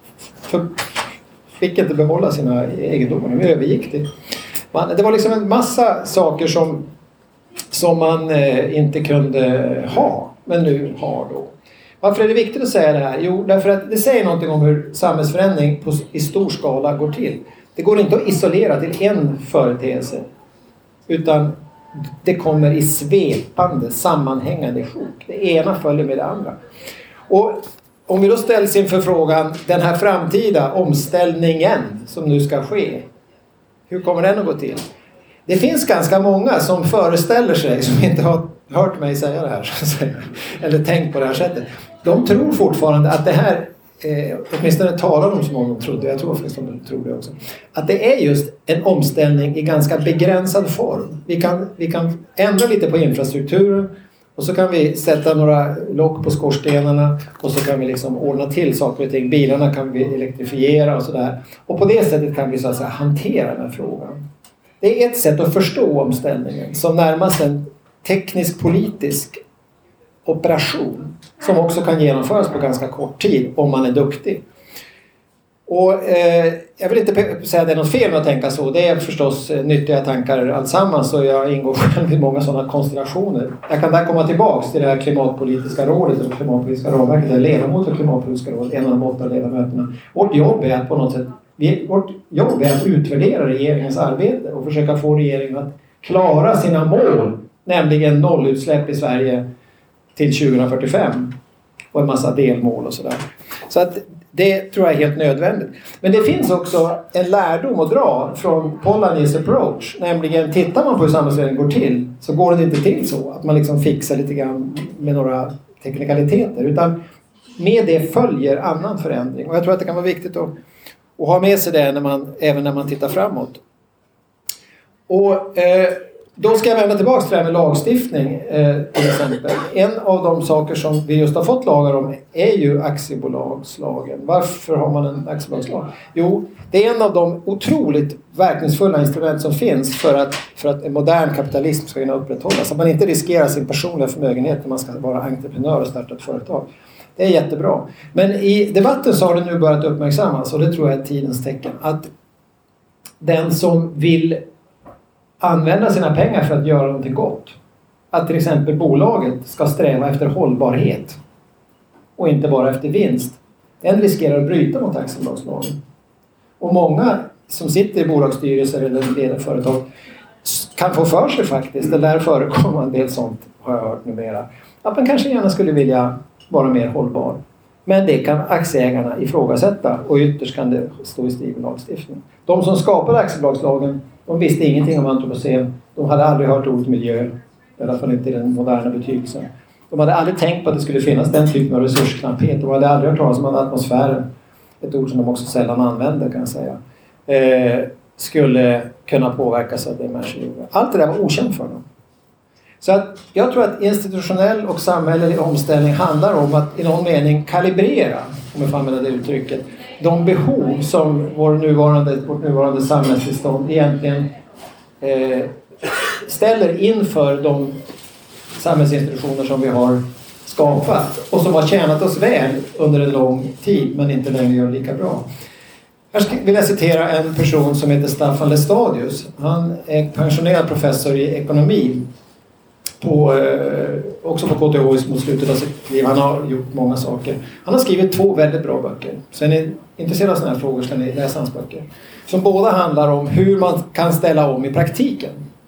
fick inte behålla sina egendomar. De övergick det. Det var liksom en massa saker som man inte kunde ha, men nu har då. Varför är det viktigt att säga det här? Jo, därför att det säger någonting om hur samhällsförändring i stor skala går till. Det går inte att isolera till en företeelse, utan det kommer i svepande, sammanhängande sjok. Det ena följer med det andra. Och om vi då ställs inför frågan, den här framtida omställningen som nu ska ske, hur kommer den att gå till? Det finns ganska många som föreställer sig, som inte har hört mig säga det här, så att säga, eller tänkt på det här sättet. De tror fortfarande att det här, åtminstone talar de som om de trodde, jag tror faktiskt de tror det också, att det är just en omställning i ganska begränsad form. Vi kan ändra lite på infrastrukturen och så kan vi sätta några lock på skorstenarna och så kan vi liksom ordna till saker och ting. Bilarna kan vi elektrifiera och sådär. Och på det sättet kan vi så att säga hantera den här frågan. Det är ett sätt att förstå omställningen som närmast en teknisk-politisk operation som också kan genomföras på ganska kort tid om man är duktig. Och jag vill inte säga att det är något fel med att tänka så. Det är förstås nyttiga tankar alltsammans och jag ingår själv i många sådana konstellationer. Jag kan där komma tillbaka till det här klimatpolitiska rådet eller klimatpolitiska rådverket. Jag är ledamot av klimatpolitiska rådet, en av de 8 ledamöterna. Vårt jobb är att på något sätt att utvärdera regeringens arbete och försöka få regeringen att klara sina mål, nämligen nollutsläpp i Sverige till 2045 och en massa delmål och sådär. Så att det tror jag är helt nödvändigt. Men det finns också en lärdom att dra från Polanyi's approach. Nämligen, tittar man på hur samhällsförändringen går till så går det inte till så att man liksom fixar lite grann med några teknikaliteter. Utan med det följer annan förändring. Och jag tror att det kan vara viktigt att ha med sig det även när man tittar framåt. Och då ska jag vända tillbaka till det här med lagstiftning till exempel. En av de saker som vi just har fått lagar om är ju aktiebolagslagen. Varför har man en aktiebolagslag? Jo, det är en av de otroligt verkningsfulla instrument som finns för att en modern kapitalism ska kunna upprätthållas. Att man inte riskerar sin personliga förmögenhet när man ska vara entreprenör och starta ett företag. Det är jättebra. Men i debatten så har det nu börjat uppmärksammas, och det tror jag är tidens tecken, att den som vill använda sina pengar för att göra någonting gott, att till exempel bolaget ska sträva efter hållbarhet och inte bara efter vinst, den riskerar att bryta mot aktiebolagslagen. Och många som sitter i bolagsstyrelser eller leder företag kan få för sig faktiskt, det lär förekomma en del sånt, har jag hört numera, att man kanske gärna skulle vilja vara mer hållbar. Men det kan aktieägarna ifrågasätta och ytterst kan det stå i strid med lagstiftningen. De som skapade aktiebolagslagen, de visste ingenting om antropocen. De hade aldrig hört ordet miljö, i alla fall inte i den moderna betydelsen. De hade aldrig tänkt på att det skulle finnas den typen av resursknapphet. De hade aldrig hört talas om att atmosfären, ett ord som de också sällan använder kan jag säga, skulle kunna påverkas av det människor gjorde. Allt det där var okänt för dem. Så att jag tror att institutionell och samhällelig omställning handlar om att i någon mening kalibrera, om jag får använda det uttrycket, de behov som vårt nuvarande samhällstillstånd egentligen ställer inför de samhällsinstitutioner som vi har skapat och som har tjänat oss väl under en lång tid men inte längre gör lika bra. Här vill jag citera en person som heter Staffan Lestadius. Han är pensionerad professor i ekonomi också på KTH mot slutet av sitt liv. Han har gjort många saker. Han har skrivit 2 väldigt bra böcker. Så är ni intresserade av sådana här frågor ska ni läsa hans böcker. Som båda handlar om hur man kan ställa om i praktiken.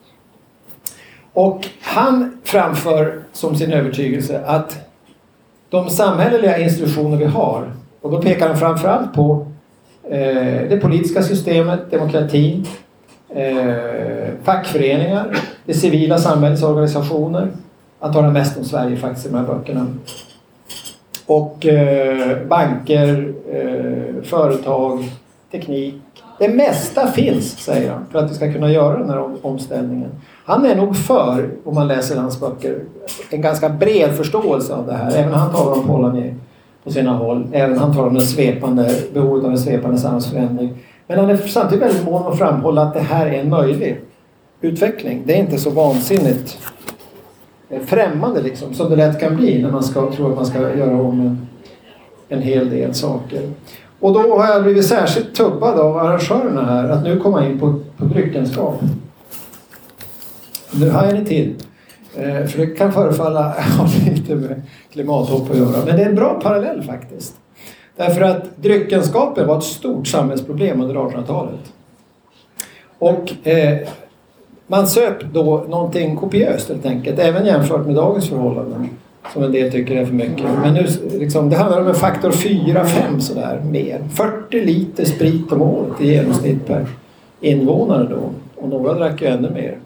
Och han framför som sin övertygelse att de samhälleliga institutioner vi har, och då pekar han framförallt på det politiska systemet, demokratin, fackföreningar, det civila samhällets organisationer, att tala mest om Sverige faktiskt i de här böckerna, och banker, företag, teknik. Det mesta finns, säger han, för att vi ska kunna göra den här omställningen. Han är nog för, om man läser hans böcker, en ganska bred förståelse av det här. Även han talar om Polanyi på sina håll. Även han talar om behovet av en svepande samhällsförändring. Men han är samtidigt väldigt mån att framhålla att det här är en möjlig utveckling. Det är inte så vansinnigt främmande liksom, som det lätt kan bli när man ska tro att man ska göra om en hel del saker. Och då har jag blivit särskilt tubbad av arrangörerna här att nu komma in på dryckenskap. Nu hajar ni till. För det kan förefalla ha lite med klimathopp att göra. Men det är en bra parallell faktiskt. Därför att dryckenskapen var ett stort samhällsproblem under 1800-talet. Och man söp då någonting kopiöst helt enkelt. Även jämfört med dagens förhållanden. Som en del tycker är för mycket. Men nu, liksom, det handlar om en faktor 4-5 sådär mer. 40 liter sprit om året i genomsnitt per invånare då. Och några drack ju ännu mer.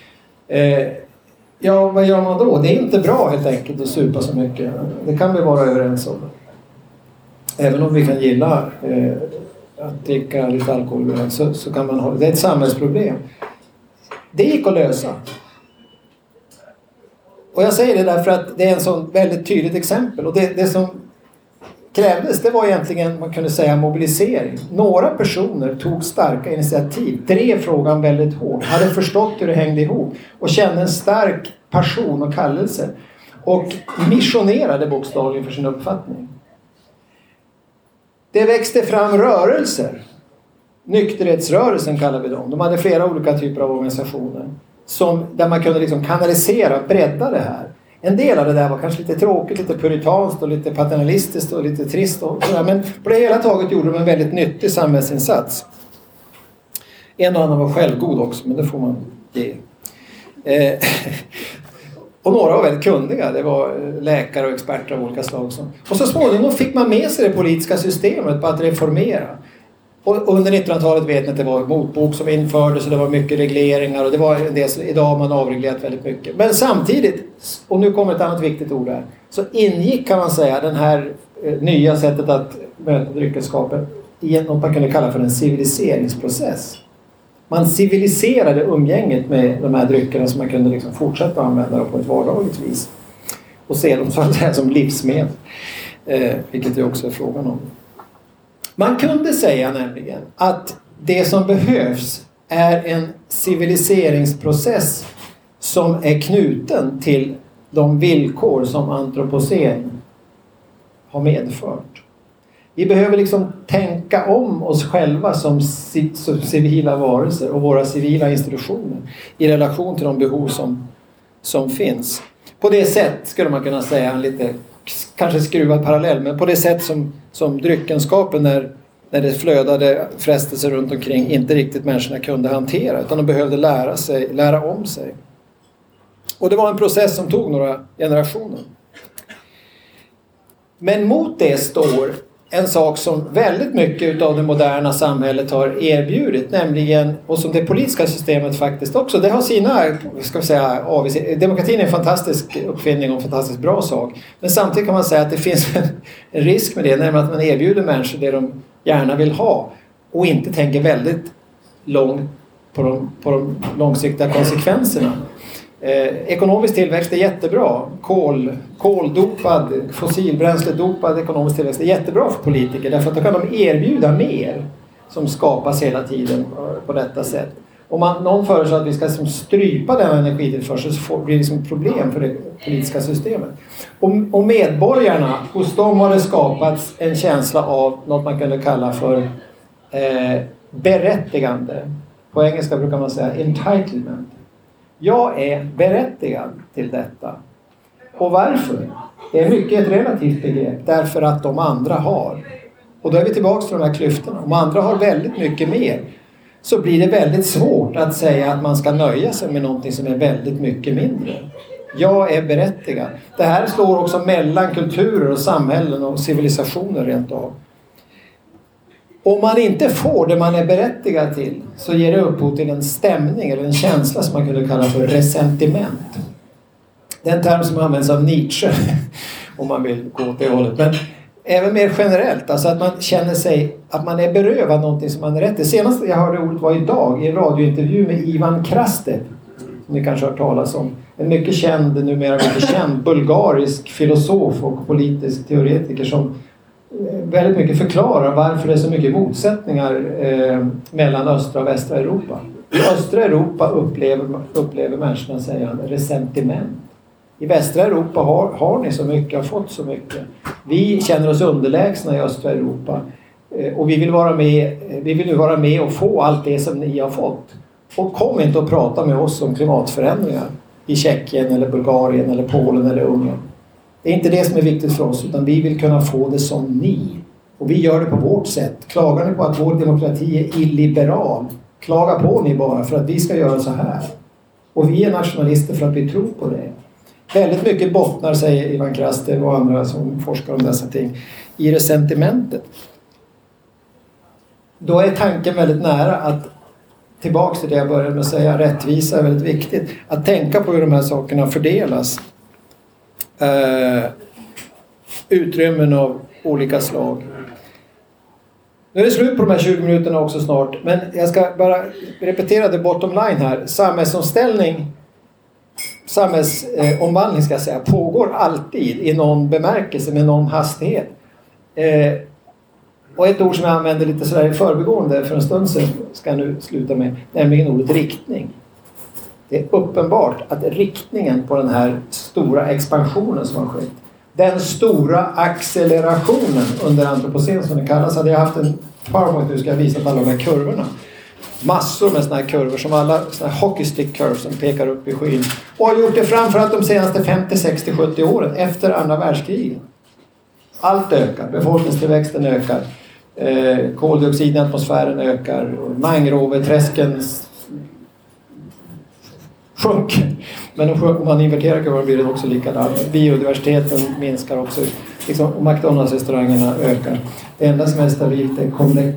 Ja, vad gör man då? Det är inte bra helt enkelt att supa så mycket. Det kan vi vara överens om. Även om vi kan gilla att dricka lite alkohol så kan man ha det. Det är ett samhällsproblem. Det gick att lösa. Och jag säger det därför att det är en sån väldigt tydligt exempel. Och det som krävdes, det var egentligen, man kunde säga, mobilisering. Några personer tog starka initiativ, drev frågan väldigt hårt, hade förstått hur det hängde ihop och kände en stark passion och kallelse. Och missionerade bokstavligen för sin uppfattning. Det växte fram rörelser. Nykterhetsrörelsen kallar vi dem. De hade flera olika typer av organisationer. Där man kunde liksom kanalisera och bredda det här. En del av det där var kanske lite tråkigt, lite puritanskt och lite paternalistiskt och lite trist. Och sådär. Men på det hela taget gjorde de en väldigt nyttig samhällsinsats. En och annan var självgod också, men det får man ge. Och några var väldigt kundiga. Det var läkare och experter av olika slag. Och så småningom fick man med sig det politiska systemet på att reformera. Och under 1900-talet vet ni att det var motbok som infördes och det var mycket regleringar och det var en del, idag har man avreglerat väldigt mycket. Men samtidigt, och nu kommer ett annat viktigt ord här, så ingick, kan man säga, den här nya sättet att möta dryckenskapen i något man kunde kalla för en civiliseringsprocess. Man civiliserade umgänget med de här dryckerna så man kunde liksom fortsätta använda dem på ett vardagligt vis. Och se dem så att säga som livsmedel, vilket det också är frågan om. Man kunde säga nämligen att det som behövs är en civiliseringsprocess som är knuten till de villkor som antropocen har medfört. Vi behöver liksom tänka om oss själva som civila varelser och våra civila institutioner i relation till de behov som finns. På det sätt skulle man kunna säga en lite kanske skruvad parallell, men på det sätt som dryckenskapen när det flödade frestelser runt omkring inte riktigt människorna kunde hantera, utan de behövde lära om sig. Och det var en process som tog några generationer. Men mot det står en sak som väldigt mycket av det moderna samhället har erbjudit, nämligen, och som det politiska systemet faktiskt också, det har sina, ska vi säga, demokratin är en fantastisk uppfinning och en fantastiskt bra sak, men samtidigt kan man säga att det finns en risk med det, nämligen att man erbjuder människor det de gärna vill ha och inte tänker väldigt långt på de långsiktiga konsekvenserna. Ekonomisk tillväxt är jättebra. Koldopad, fossilbränsledopad ekonomisk tillväxt är jättebra för politiker, därför att då kan de erbjuda mer som skapas hela tiden på detta sätt. Om någon föreslår att vi ska strypa den energitillförseln så blir det liksom problem för det politiska systemet. Och medborgarna, hos dem har det skapats en känsla av något man kunde kalla för berättigande. På engelska brukar man säga entitlement. Jag är berättigad till detta. Och varför? Det är mycket ett relativt begrepp. Därför att de andra har. Och då är vi tillbaka till de här klyftorna. Om andra har väldigt mycket mer, så blir det väldigt svårt att säga att man ska nöja sig med någonting som är väldigt mycket mindre. Jag är berättigad. Det här slår också mellan kulturer och samhällen och civilisationer rent av. Om man inte får det man är berättigad till, så ger det upphov till en stämning eller en känsla som man kunde kalla för resentiment. Det är en term som används av Nietzsche om man vill gå åt det hållet. Men även mer generellt, alltså att man känner sig att man är berövad någonting som man är rätt till. Senast jag hörde ordet var idag i en radiointervju med Ivan Krastev, som ni kanske har hört talas om. En numera mycket känd bulgarisk filosof och politisk teoretiker som väldigt mycket förklarar varför det är så mycket motsättningar mellan östra och västra Europa. I östra Europa upplever människorna, säger han, resentiment. I västra Europa har ni så mycket, har fått så mycket. Vi känner oss underlägsna i östra Europa. Och vi vill nu vara med och få allt det som ni har fått. Och kom inte att prata med oss om klimatförändringar i Tjeckien eller Bulgarien eller Polen eller Ungern. Det är inte det som är viktigt för oss, utan vi vill kunna få det som ni. Och vi gör det på vårt sätt. Klagar ni på att vår demokrati är illiberal? Klaga på ni bara för att vi ska göra så här. Och vi är nationalister för att vi tror på det. Väldigt mycket bottnar, säger Ivan Krastev och andra som forskar om dessa ting, i resentimentet. Då är tanken väldigt nära att tillbaka till det jag började med att säga, rättvisa är väldigt viktigt. Att tänka på hur de här sakerna fördelas. Utrymmen av olika slag. Nu är det slut på de här 20 minuterna också snart, men jag ska bara repetera det bottom line här. Samhällsomvandling ska jag säga, pågår alltid i någon bemärkelse med någon hastighet. Och ett ord som jag använde lite sådär i förbigående för en stund sedan ska jag nu sluta med, nämligen ordet riktning. Det är uppenbart att riktningen på den här stora expansionen som har skett, den stora accelerationen under antropocen som det kallas, hade jag haft en PowerPoint nu ska jag visa alla de här kurvorna. Massor med såna här kurvor som alla såna här hockey stick curves som pekar upp i skyn. Och har gjort det framförallt de senaste 50, 60, 70 åren efter andra världskriget. Allt ökar, befolkningstillväxten ökar, koldioxiden i atmosfären ökar, mangroveträsken sjunker. Men om man inverterar kurvan blir det också likadant. Biodiversiteten minskar också. Liksom, och McDonalds-restaurangerna ökar. Det enda som är stabilt är Condeco.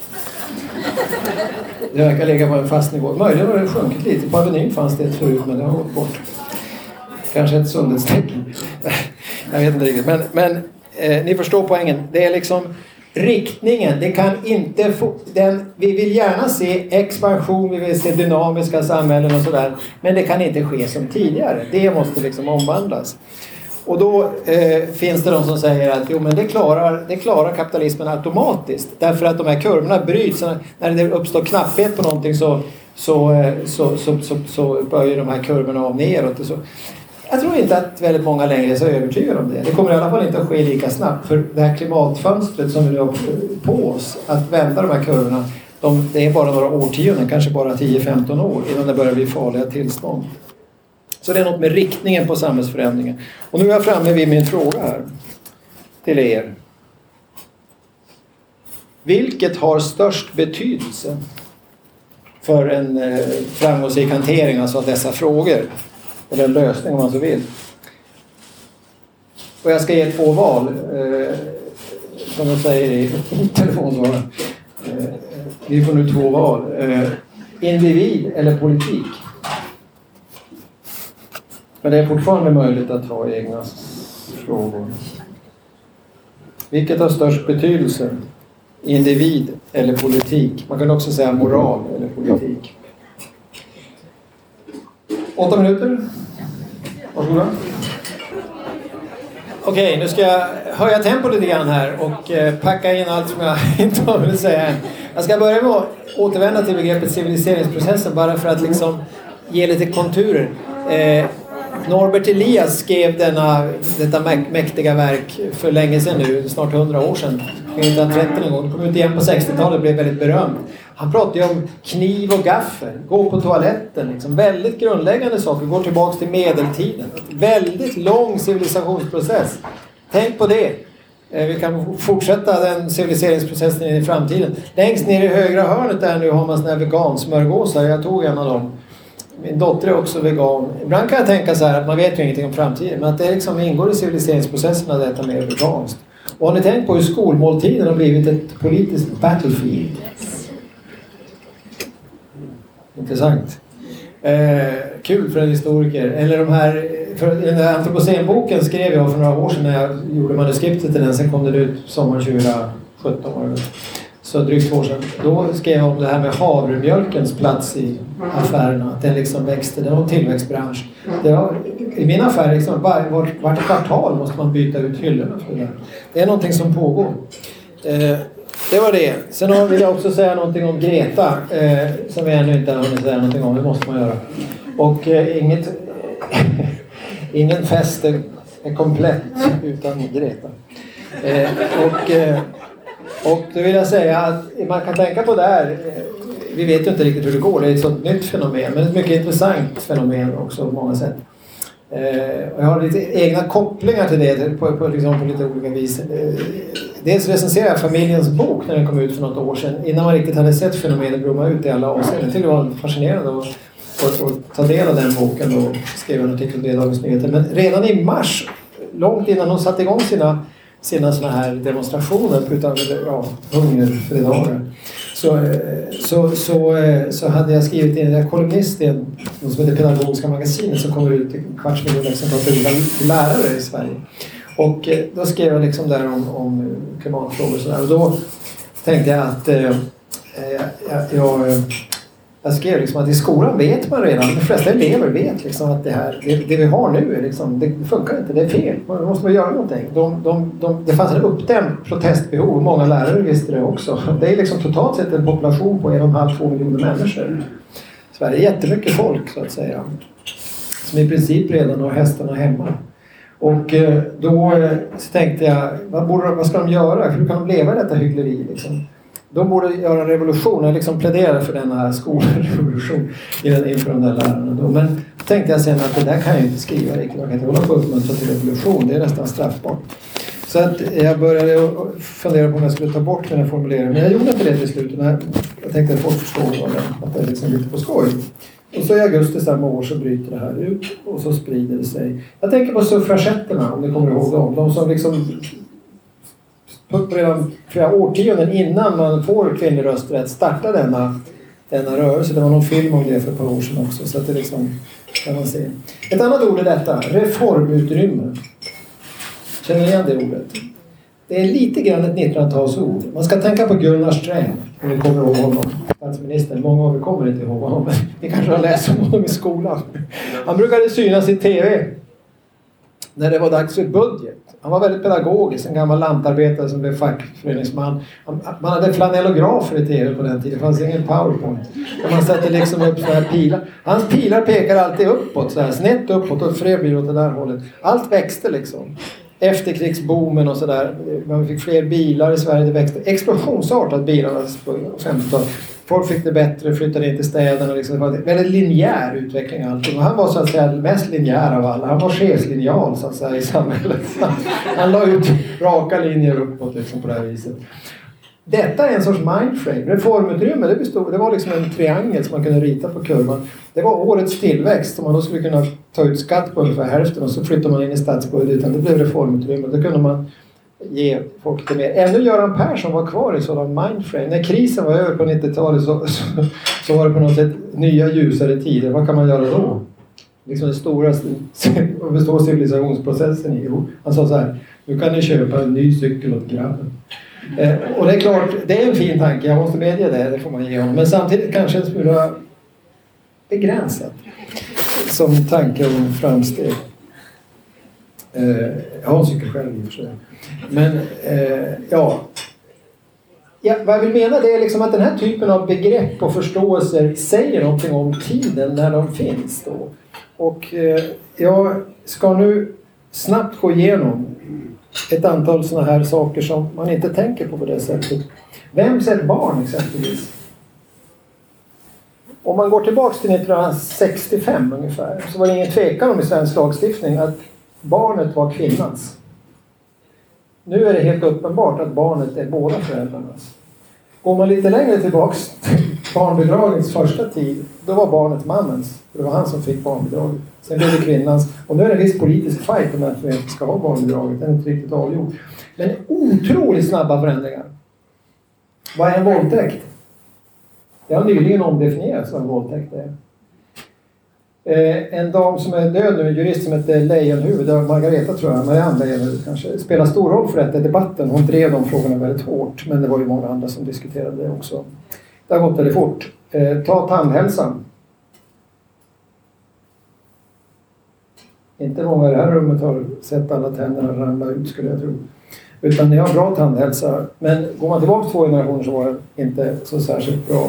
Det verkar ligga på en fast nivå. Möjligen har det sjunkit lite. På Avenyn fanns det förut, men det har gått bort. Kanske ett sundhetstecken. Jag vet inte riktigt. Men ni förstår poängen. Det är liksom riktningen. Det kan inte vi vill gärna se expansion, vi vill se dynamiska samhällen och sådär. Men det kan inte ske som tidigare. Det måste liksom omvandlas. Och då finns det de som säger att jo, men det klarar kapitalismen automatiskt. Därför att de här kurvorna bryts. När det uppstår knapphet på någonting så böjer de här kurvorna av neråt. Och så. Jag tror inte att väldigt många längre är så övertygade om det. Det kommer i alla fall inte att ske lika snabbt. För det här klimatfönstret som vi nu har på oss, att vända de här kurvorna, det är bara några årtionden, kanske bara 10-15 år innan det börjar bli farliga tillstånd. Så det är något med riktningen på samhällsförändringen. Och nu är jag framme vid min fråga här till er. Vilket har störst betydelse för en framgångsrik hantering alltså av dessa frågor? Eller en lösning om man så vill. Och jag ska ge 2 val. Som jag säger i telefonsvaren. Vi får nu 2 val. Individ eller politik. Men det är fortfarande möjligt att ha egna frågor. Vilket har störst betydelse? Individ eller politik? Man kan också säga moral eller politik. 8 minuter. Varsågoda. Okej, nu ska jag höja tempo lite grann här och packa in allt som jag inte har vill säga än. Jag ska börja med att återvända till begreppet civiliseringsprocessen bara för att liksom ge lite konturer. Norbert Elias skrev detta mäktiga verk för länge sedan nu, snart 100 år sedan. 1930 en gång. Det kom ut igen på 60-talet och blev väldigt berömd. Han pratade ju om kniv och gaffel, gå på toaletten, liksom. Väldigt grundläggande saker. Går tillbaka till medeltiden. Väldigt lång civilisationsprocess. Tänk på det. Vi kan fortsätta den civiliseringsprocessen i framtiden. Längst ner i högra hörnet där nu har man såna här vegansmörgåsar. Jag tog en av dem. Min dotter är också vegan. Ibland kan jag tänka så här att man vet ju ingenting om framtiden. Men att det liksom ingår i civiliseringsprocessen att äta mer veganskt. Och har ni tänkt på hur skolmåltiden har blivit ett politiskt battlefield? Intressant. Kul för en historiker. Eller de här, för den här antropocenboken skrev jag för några år sedan när jag gjorde manuskriptet till den. Sen kom den ut sommaren 2017 var det. Så drygt 2 år sedan. Då skrev jag om det här med havremjölkens plats i affärerna. Att den liksom växte. Det var en tillväxtbransch. I min affär liksom, vart kvartal måste man byta ut hyllorna för det. Det är någonting som pågår. Det var det. Sen vill jag också säga någonting om Greta. Som vi ännu inte har hunnit säga någonting om. Det måste man göra. Och ingen fest är komplett utan Greta. Och då vill jag säga att man kan tänka på det här. Vi vet ju inte riktigt hur det går. Det är ett sånt nytt fenomen. Men ett mycket intressant fenomen också på många sätt. Jag har lite egna kopplingar till det på lite olika vis. Dels recenserade jag Familjens bok när den kom ut för något år sedan. Innan man riktigt hade sett fenomenet blomma ut i alla avseenden. Jag tyckte det var fascinerande att ta del av den boken och skriva en artikel om det i Dagens Nyheter. Men redan i mars, långt innan hon satte igång sina sina såna här demonstrationer utan hungerfredagar. Så hade jag skrivit in en kolumnist i något som heter Pedagogiska magasinet som kommer ut i 250 000 exemplar till lärare i Sverige. Och då skrev jag liksom där om klimatfrågor och sådär. Och då tänkte jag att jag skrev liksom att i skolan vet man redan, de flesta elever vet liksom att det vi har nu är liksom, det funkar inte, det är fel. Man måste göra någonting. Det fanns ett uppdämt protestbehov och många lärare visste det också. Det är liksom totalt sett en population på 1,5-2 miljoner människor. Sverige är jättemycket folk så att säga. Som i princip redan har hästarna hemma. Och då så tänkte jag, vad ska de göra? Hur kan de leva i detta hyggleri liksom? De borde göra en revolution. Jag liksom pläderade för den här skolrevolution inför de där lärarna. Då. Men då tänkte jag sen att det där kan jag inte skriva riktigt. Man kan inte hålla på att uppmuntra till revolution. Det är nästan straffbart. Så att jag började fundera på om jag skulle ta bort den här formuleringen. Men jag gjorde inte det till slut. Jag tänkte att folk förstår att det är liksom lite på skoj. Och så i augusti samma år så bryter det här ut. Och så sprider det sig. Jag tänker på suffragetterna, om ni kommer ihåg dem. De som liksom redan flera årtionden innan man får kvinnlig rösträtt starta denna rörelse. Det var någon film om det för ett par år sedan också. Så att det liksom kan man se. Ett annat ord är detta. Reformutrymme. Känner ni igen det ordet? Det är lite grann ett 1900-talsord. Man ska tänka på Gunnar Sträng. Om ni kommer ihåg honom. Statsministern. Många av er kommer inte ihåg honom. Men ni kanske har läst om honom i skolan. Han brukade synas i tv. När det var dags för budget. Han var väldigt pedagogisk. En gammal lantarbetare som blev fackföreningsman. Man hade flanellografer i tv på den tiden. Det fanns ingen PowerPoint. Och man satte liksom upp sådana här pilar. Hans pilar pekar alltid uppåt. Så här, snett uppåt och fler blir åt det där hållet. Allt växte liksom. Efterkrigsboomen och sådär. Man fick fler bilar i Sverige. Det växte explosionsartat bilarna på 50-talet. Folk fick det bättre, flyttade in till städerna. Liksom. Det var en väldigt linjär utveckling allting. Och han var så att säga mest linjär av alla. Han var chefslinjal så att säga i samhället. Han la ut raka linjer uppåt liksom, på det här viset. Detta är en sorts mindframe. Reformutrymme, det var liksom en triangel som man kunde rita på kurvan. Det var årets tillväxt som man då skulle kunna ta ut skatt på ungefär hälften och så flyttar man in i statsbudgeten. Det blev reformutrymme. Då kunde man ge folk till mer. Ännu Göran Persson var kvar i sådan mindframe. När krisen var över på 90-talet så var det på något sätt nya ljusare tider. Vad kan man göra då? Liksom det stora består civilisationsprocessen i. Han sa så här, nu kan ni köpa en ny cykel åt grabben. Och det är klart, det är en fin tanke, jag måste medge det får man ge honom. Men samtidigt kanske en smula begränsat som tanke om framsteg. Jag har en cykel själv i och för sig. Men ja, vad jag vill mena det är liksom att den här typen av begrepp och förståelser säger någonting om tiden när de finns då. Och jag ska nu snabbt gå igenom ett antal sådana här saker som man inte tänker på det sättet. Vems är ett barn exempelvis? Om man går tillbaka till 1965 ungefär så var det ingen tvekan om i svensk lagstiftning att barnet var kvinnans. Nu är det helt uppenbart att barnet är båda föräldrarnas. Går man lite längre tillbaks till barnbidragets första tid, då var barnet mannens. Det var han som fick barnbidraget. Sen blev det kvinnans. Och nu är det en viss politisk fight om att vi inte ska ha barnbidraget. Det är inte riktigt avgjort. Men otroligt snabba förändringar. Vad är en våldtäkt? Det har nyligen omdefinierats vad en våldtäkt är. En dam som är död nu, en jurist som heter Leijonhufvud, Margareta tror jag, Marianne Leijonhufvud kanske, spelar stor roll för detta i debatten. Hon drev de frågorna väldigt hårt, men det var ju många andra som diskuterade det också. Det har gått väldigt fort. Ta tandhälsan. Inte många i det här rummet har sett alla tänderna ramla ut skulle jag tro. Utan ni har bra tandhälsa. Men går man tillbaka 2 generationer så var det inte så särskilt bra.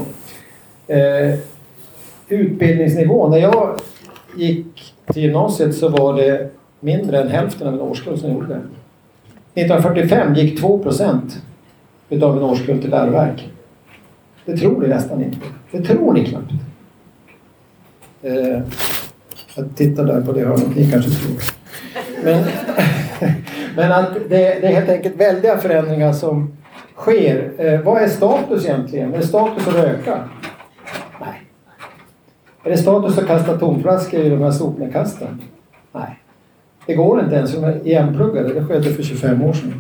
Utbildningsnivå. När jag gick till gymnasiet så var det mindre än hälften av en årskull som gjorde det. 1945 gick 2% utav en årskull till läroverk. Det tror ni nästan inte. Det tror ni knappt. Jag tittar där på det hörnet, ni kanske tror. Men att det är helt enkelt väldiga förändringar som sker. Vad är status egentligen? Är det status att röka? Nej. Är det status att kasta tomflaskor i de här sopnedkasten? Nej. Det går inte ens, som är igenpluggade. Det skedde för 25 år sedan.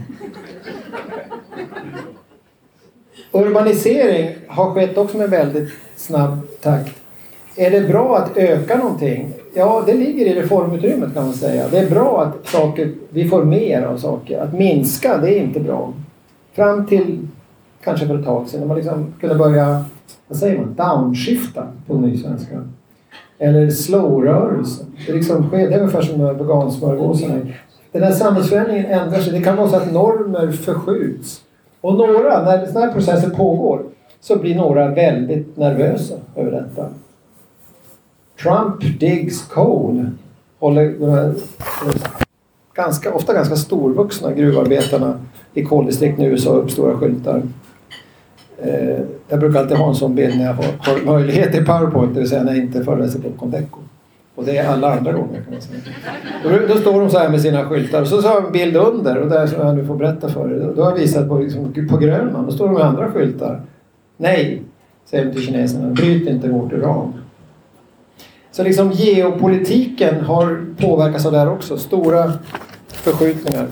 Urbanisering har skett också med väldigt snabb takt. Är det bra att öka någonting? Ja, det ligger i reformutrymmet kan man säga. Det är bra att vi får mer av saker. Att minska, det är inte bra. Fram till kanske för ett tag sedan när man liksom kunde börja, vad säger man, downshifta på nysvenska. Eller slow-rörelse. Det liksom sker, det är ungefär som med vegansmörgåsarna. Den här samhällsförändringen ändrar sig. Det kan vara så att normer förskjuts. Och när sådana här processer pågår så blir några väldigt nervösa över detta. Trump digs coal håller de här ofta ganska storvuxna gruvarbetarna i koldistrikt i USA upp stora skyltar. Jag brukar alltid ha en sån bild när jag har möjlighet i PowerPoint, det vill säga när jag inte föreläser på Condeco. Och det är alla andra gånger kan man säga. Då står de så här med sina skyltar och så har jag en bild under och där som jag nu får berätta för er. Då har jag visat på Grönland, då står de med andra skyltar. Nej, säger de till kineserna, bryt inte vårt uran. Så liksom geopolitiken har påverkats av det här också. Stora förskjutningar.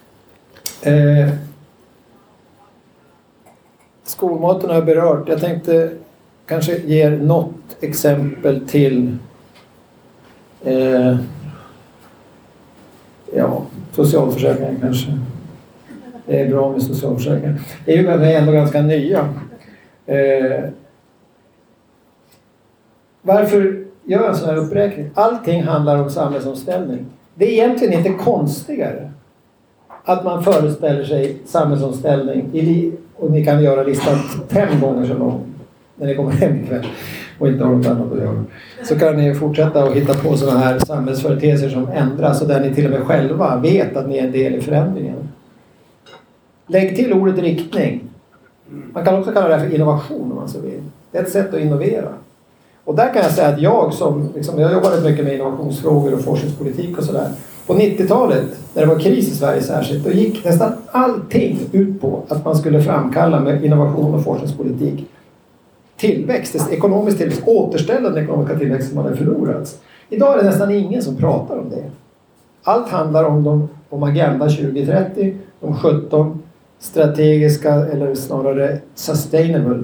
Skolmaten har jag berört. Jag tänkte kanske ge något exempel till socialförsäkringen kanske. Det är bra med socialförsäkringen. EU är ändå ganska nya. Varför gör jag en sån här uppräkning? Allting handlar om samhällsomställning. Det är egentligen inte konstigare att man föreställer sig samhällsomställning och ni kan göra listan 5 gånger så lång när ni kommer hem ikväll och inte har något annat att göra. Så kan ni fortsätta att hitta på sådana här samhällsföreteelser som ändras och där ni till och med själva vet att ni är en del i förändringen. Lägg till ordet riktning. Man kan också kalla det för innovation om man så vill. Det är ett sätt att innovera. Och där kan jag säga att jag jobbade mycket med innovationsfrågor och forskningspolitik och sådär. På 90-talet, när det var kris i Sverige särskilt, då gick nästan allting ut på att man skulle framkalla med innovation och forskningspolitik tillväxt, ekonomisk tillväxt, återställa den ekonomiska tillväxt som hade förlorats. Idag är det nästan ingen som pratar om det. Allt handlar om Agenda 2030, de 17 strategiska eller snarare sustainable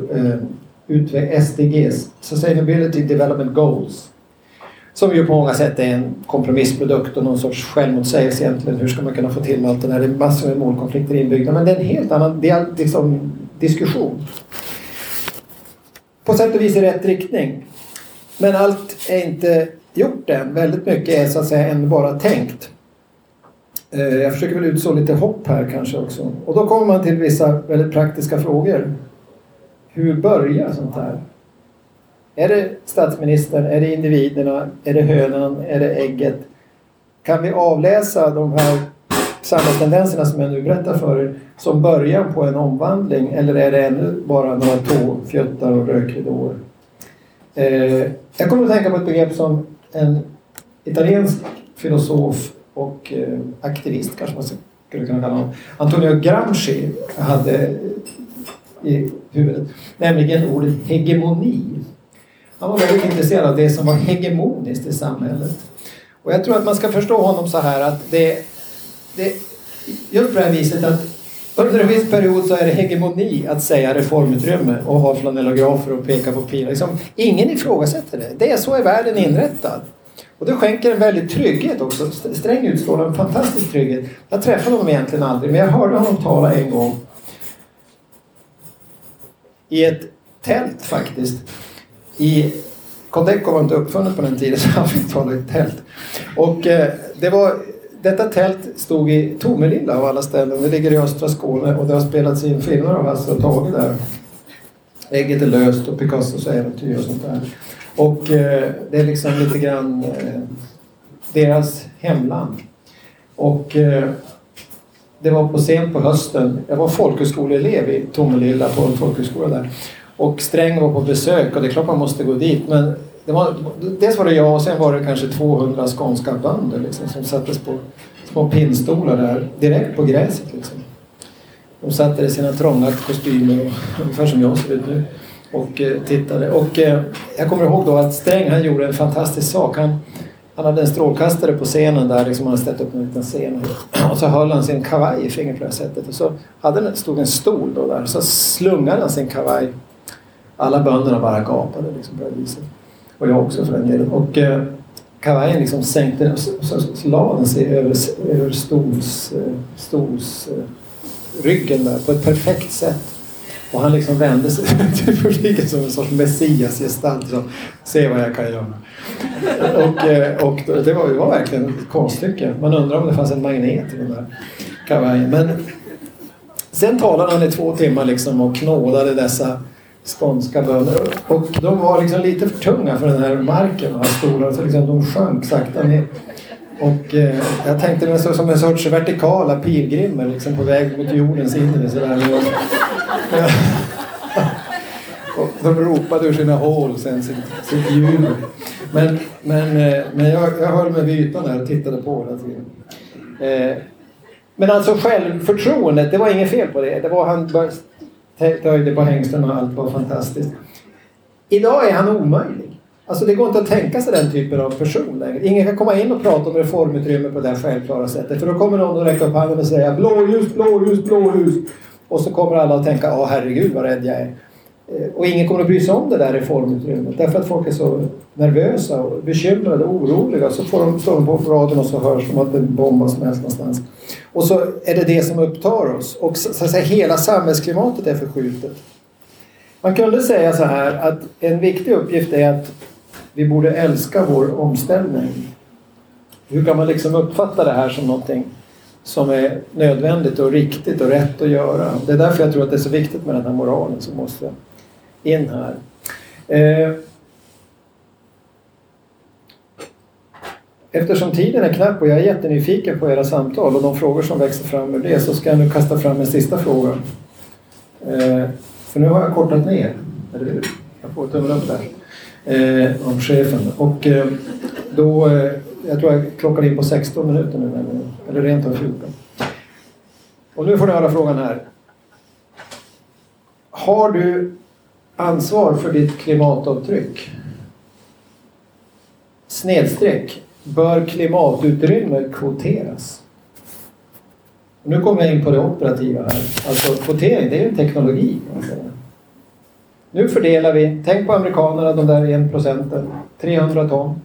SDGs, Sustainability Development Goals, som ju på många sätt är en kompromissprodukt och någon sorts självmotsägelse egentligen. Hur ska man kunna få till allt det där? Det är massor med målkonflikter inbyggda, men det är en helt annan diskussion. På sätt och vis i rätt riktning. Men allt är inte gjort än. Väldigt mycket är så att säga ännu bara tänkt. Jag försöker väl utså lite hopp här kanske också. Och då kommer man till vissa väldigt praktiska frågor. Hur börjar sånt här? Är det statsministern? Är det individerna? Är det hönan? Är det ägget? Kan vi avläsa de här samhällstendenserna som jag nu berättar för er som början på en omvandling? Eller är det ännu bara några tåfjöttar och rökridåer? Jag kommer att tänka på ett begrepp som en italiensk filosof och aktivist, kanske man skulle kunna kalla honom, Antonio Gramsci hade i huvudet, nämligen ordet hegemoni. Han var väldigt intresserad av det som var hegemoniskt i samhället. Och jag tror att man ska förstå honom så här att det just på det här viset att under en viss period så är det hegemoni att säga reformutrymme och ha flanellografer och peka på pilar. Liksom, ingen ifrågasätter det. Det är så är världen inrättad. Och det skänker en väldigt trygghet också. Sträng utstrålar en fantastisk trygghet. Jag träffade honom egentligen aldrig, men jag hörde honom tala en gång i ett tält faktiskt. Condeco var inte uppfunnet på den tiden så han fick tala i ett tält. Och detta tält stod i Tomelilla av alla ställen. Det ligger i östra Skåne och det har spelats in filmer av Hasse och Tage där. Ägget är löst och Picassos äventyr och sånt där. Och det är liksom lite grann deras hemland. Och det var på sent på hösten. Jag var folkhögskoleelev i Tomelilla på en folkhögskola där. Och Sträng var på besök och det är klart man måste gå dit. Men dels var det jag och sen var det kanske 200 skånska bönder liksom, som sattes på små pinnstolar där direkt på gräset. Liksom. De satt i sina trånga kostymer ungefär som jag ser ut nu och tittade. Och jag kommer ihåg då att Sträng han gjorde en fantastisk sak. Han hade en strålkastare på scenen där liksom han hade ställt upp en liten scen. Och så höll han sin kavaj i fingret på det här sättet. Och så stod en stol då där. Så slungade han sin kavaj. Alla bönderna bara gapade liksom på det viset. Och jag också för den delen. Och kavajen liksom sänkte och så la den sig över ryggen där på ett perfekt sätt. Och han liksom vände sig till publiken som en sorts messiasgestalt. Så, se vad jag kan göra. Och det var verkligen ett konststycke. Man undrar om det fanns en magnet i den där kavajen. Men sen talade han i 2 timmar liksom och knådade dessa skånska bönder. Och de var liksom lite för tunga för den här marken. Och stolarna, så liksom de sjönk sakta ner. Och jag tänkte det som en sorts vertikala pilgrimer liksom på väg mot jordens inre. Och de ropade ur sina hål sen sitt jubel. Men jag höll mig vid ytan där och tittade på hela tiden. Men alltså självförtroendet, det var inget fel på det. Det var han höjde på hängsten och allt var fantastiskt. Idag är han omöjlig. Alltså det går inte att tänka sig den typen av person längre. Ingen kan komma in och prata om reformutrymme på det här självklara sättet. För då kommer någon att räcka upp handen och säga blåljus, blåljus, blåljus. Och så kommer alla att tänka, herregud vad rädd jag är. Och ingen kommer att bry sig om det där reformutrymmet. Därför att folk är så nervösa och bekymrade och oroliga. Så står de på radion och så hörs de att det bombas som helst någonstans. Och så är det som upptar oss. Och så att säga, hela samhällsklimatet är förskjutet. Man kunde säga så här att en viktig uppgift är att vi borde älska vår omställning. Hur kan man liksom uppfatta det här som någonting som är nödvändigt och riktigt och rätt att göra? Det är därför jag tror att det är så viktigt med den här moralen som måste in här. Eftersom tiden är knapp och jag är jättenyfiken på era samtal och de frågor som växer fram ur det, så ska jag nu kasta fram en sista fråga. För nu har jag kortat ner, eller hur? Jag får tummen upp där om chefen. Och då, jag tror jag klockar in på 16 minuter nu, eller rent av 14. Och nu får ni höra frågan här. Har du ansvar för ditt klimatavtryck? Snedstreck. Bör klimatutrymme kvoteras? Och nu kommer jag in på det operativa här. Alltså kvotering, det är ju en teknologi. Nu fördelar vi, tänk på amerikanerna, de där 1%, 300 ton.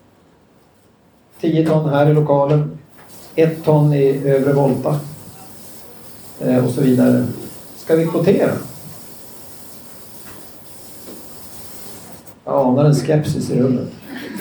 10 ton här i lokalen. 1 ton i övre Volta. Och så vidare. Ska vi kvotera? Jag anar en skepsis i rummet.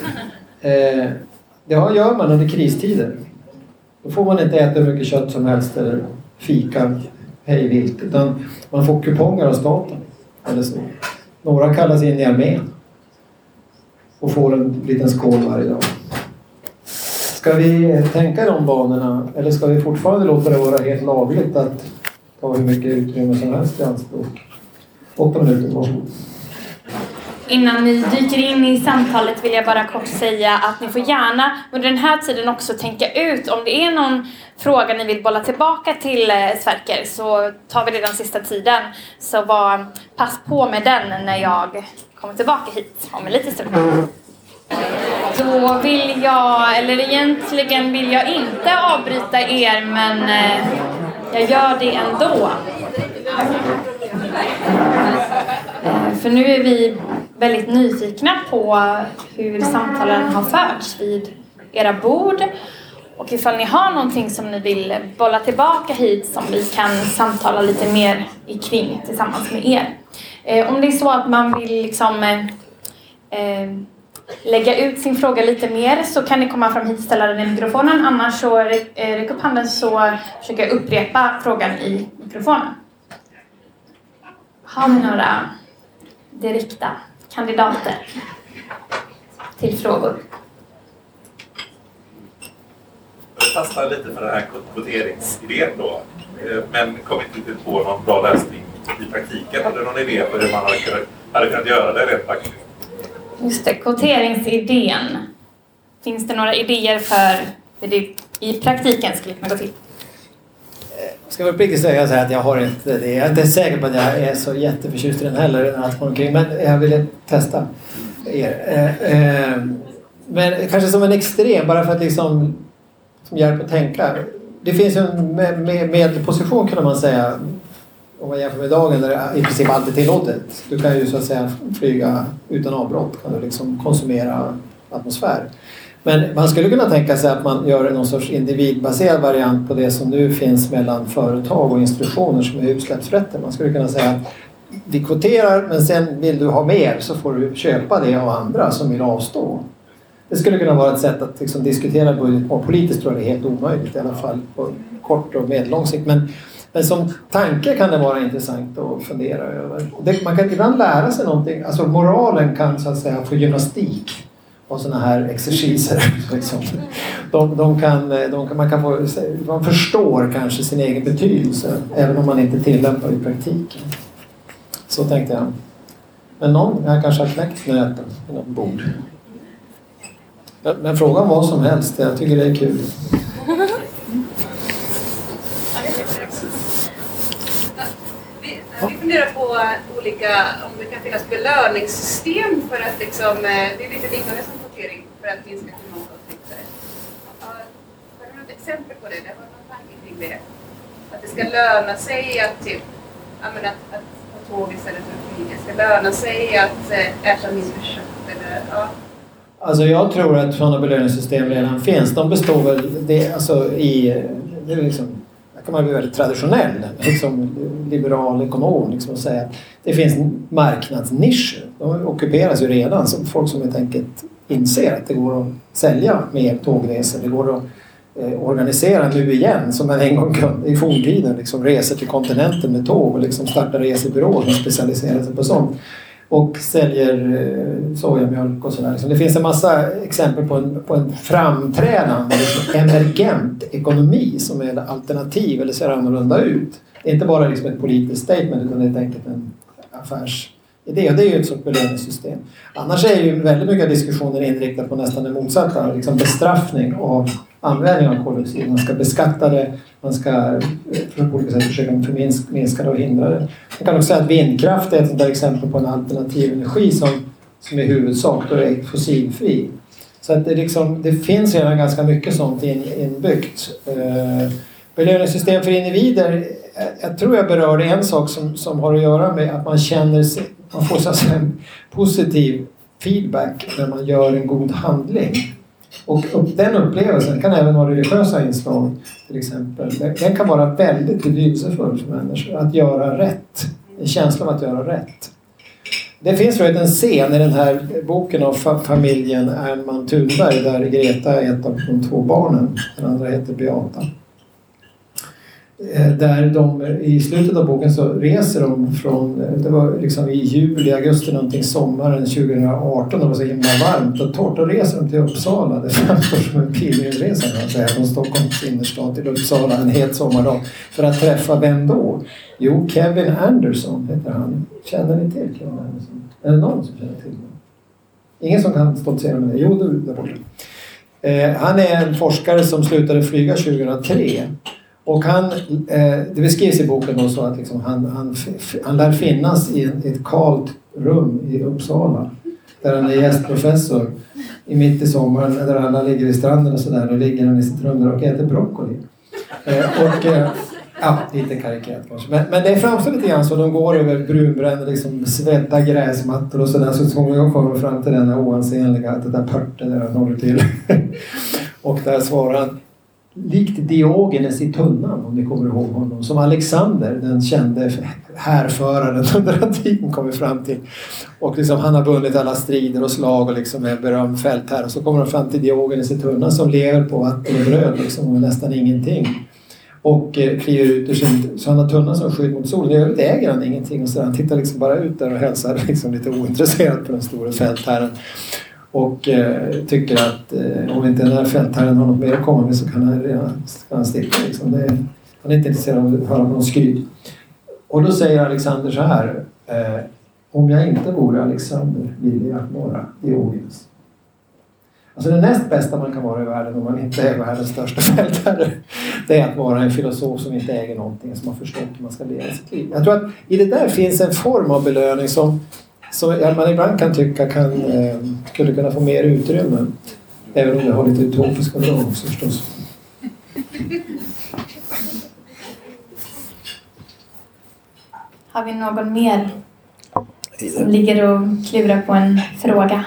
Det gör man under kristider. Då får man inte äta hur mycket kött som helst eller fika hej vilt. Utan man får kuponger av staten. Eller så. Några kallas in i armén. Och får en liten skål varje dag. Ska vi tänka i de banorna? Eller ska vi fortfarande låta det vara helt lagligt att ta hur mycket utrymme som helst i anspråk? 8 minuter, varsågod. Innan ni dyker in i samtalet vill jag bara kort säga att ni får gärna under den här tiden också tänka ut om det är någon fråga ni vill bolla tillbaka till Sverker, så tar vi det den sista tiden. Så pass på med den när jag kommer tillbaka hit om en liten stund. Då vill jag, eller egentligen vill jag inte avbryta er, men jag gör det ändå. För nu är vi väldigt nyfikna på hur samtalen har förts vid era bord. Och ifall ni har någonting som ni vill bolla tillbaka hit som vi kan samtala lite mer kring tillsammans med er. Om det är så att man vill liksom lägga ut sin fråga lite mer, så kan ni komma fram hit och ställa den i mikrofonen. Annars så räck upp handen, så försöker jag upprepa frågan i mikrofonen. Har ni några direkta kandidater till frågor? Jag fastnade lite för den här kvoteringsidén då, men kom inte på någon bra lösning i praktiken. Hade du någon idé för hur man hade kunnat göra det rent praktiskt? Just det, kvoteringsidén. Finns det några idéer för hur det i praktiken skulle kunna gå till? Ska jag uppriktigt säga så här att jag har inte det. Jag är inte säker på att jag är så jätteförtjust i den heller. Men jag ville testa er. Men kanske som en extrem, bara för att liksom som hjälp att tänka. Det finns en medelposition kan man säga, om man jämför med dagen där det i princip alltid är tillåtet. Du kan ju så att säga flyga utan avbrott, kan du liksom konsumera atmosfär. Men man skulle kunna tänka sig att man gör någon sorts individbaserad variant på det som nu finns mellan företag och institutioner som är utsläppsrätter. Man skulle kunna säga att vi kvoterar, men sen vill du ha mer så får du köpa det av andra som vill avstå. Det skulle kunna vara ett sätt att liksom diskutera budget. Och politiskt tror jag det är helt omöjligt, i alla fall på kort och medellång sikt. Men som tanke kan det vara intressant att fundera över. Man kan ibland lära sig någonting. Alltså moralen kan så att säga få gymnastik och såna här exerciser. Liksom. Man förstår kanske sin egen betydelse även om man inte tillämpar i praktiken. Så tänkte jag. Men någon här kanske har knäckt nöten i något bord. Men frågan vad som helst, jag tycker det är kul. Vi funderar på olika, om det kan finnas belöningssystem för att liksom, det är lite liknande som kvotering för att minska klimatavtryck. Har du något exempel på det? Det har någon tanke kring det? Att det ska löna sig att typ, att ta tåg istället för att flyga. Det ska löna sig att äta mindre kött eller ja. Alltså jag tror att sådana belöningssystem redan finns. De består väl det, alltså i det är liksom, där kan man bli väldigt traditionell liksom liberal ekonom liksom, och säga att det finns marknadsnischer. De ockuperas ju redan som folk som helt enkelt inser att det går att sälja mer tågresor. Det går att organisera nu igen som man en gång kunde i forntiden liksom resor till kontinenten med tåg och liksom starta resebyråer som specialiserar sig på sånt. Och säljer sojamjölk och sådär. Det finns en massa exempel på en framträdande emergent ekonomi som är alternativ eller ser annorlunda ut. Det är inte bara liksom ett politiskt statement utan det är helt enkelt en affärsidé. Och det är ju ett sådant belöningssystem. Annars är ju väldigt mycket diskussioner inriktad på nästan det motsatta. Liksom bestraffning av användning av koldioxid. Man ska beskatta det. Man ska på olika sätt försöka minska det och hindra det. Man kan också säga att vindkraft är ett sådant exempel på en alternativ energi som är huvudsak då är fossilfri. Så att det finns redan ganska mycket sånt inbyggt. Belöningssystem för individer, jag tror jag berörde en sak som har att göra med att man känner sig, man får så att säga en positiv feedback när man gör en god handling. Och den upplevelsen kan även vara religiösa inslag till exempel. Den kan vara väldigt betydelsefull för människor. Att göra rätt. En känsla av att göra rätt. Det finns för en scen i den här boken av familjen Ernman Thunberg där Greta är ett av de två barnen. Den andra heter Beata. Där de i slutet av boken så reser de från, det var liksom i juli, augusti någonting, sommaren 2018, det var så himla varmt och torrt, och reser de till Uppsala. Det framstår som en pilgrimsresa kan man säga, från Stockholms innerstad till Uppsala en het sommardag för att träffa vem då? Jo, Kevin Anderson heter han. Känner ni till Kevin Anderson? Är det någon som känner till honom? Ingen som kan stoltsera med det? Jo, du där borta. Han är en forskare som slutade flyga 2003. Och det beskrivs i boken då så att liksom han lär finnas i ett kalt rum i Uppsala. Där han är gästprofessor i mitt i sommaren där alla ligger i stranden och sådär. Och ligger han i sitt rum där och äter broccoli. Ja, lite karikerat kanske. Men det framstår lite grann så de går över brunbrända, liksom svedda gräsmattor och sådär. Så småningom kommer fram till den oansenliga, att det där pörten där han håller till. Och där svarar han, likt Diogenes i tunnan, om ni kommer ihåg honom, som Alexander, den kände härföraren under antiken, kommer fram till. Och liksom, han har vunnit alla strider och slag och liksom är berömd fältherre. Och så kommer de fram till Diogenes i tunnan som lever på vatten och bröd liksom, och nästan ingenting. Och kliver ut ur sin, så han har tunnan som skydd mot solen. I övrigt äger han ingenting. Och så han tittar liksom bara ut där och hälsar liksom lite ointresserat på den stora fältherren. Och tycker att om inte den här fältherren har något mer att komma med så kan han sticka. Liksom. Han är inte intresserad av att höra någon skryt. Och då säger Alexander så här. Om jag inte vore Alexander ville jag vara Diogenes. Alltså det näst bästa man kan vara i världen om man inte är världens största fältherre, det är att vara en filosof som inte äger någonting, som har förstått hur man ska leva sitt liv. Jag tror att i det där finns en form av belöning som man ibland kan tycka skulle kunna få mer utrymme. Även om det har lite utopiska drag också förstås. Har vi någon mer som ligger och klurar på en fråga?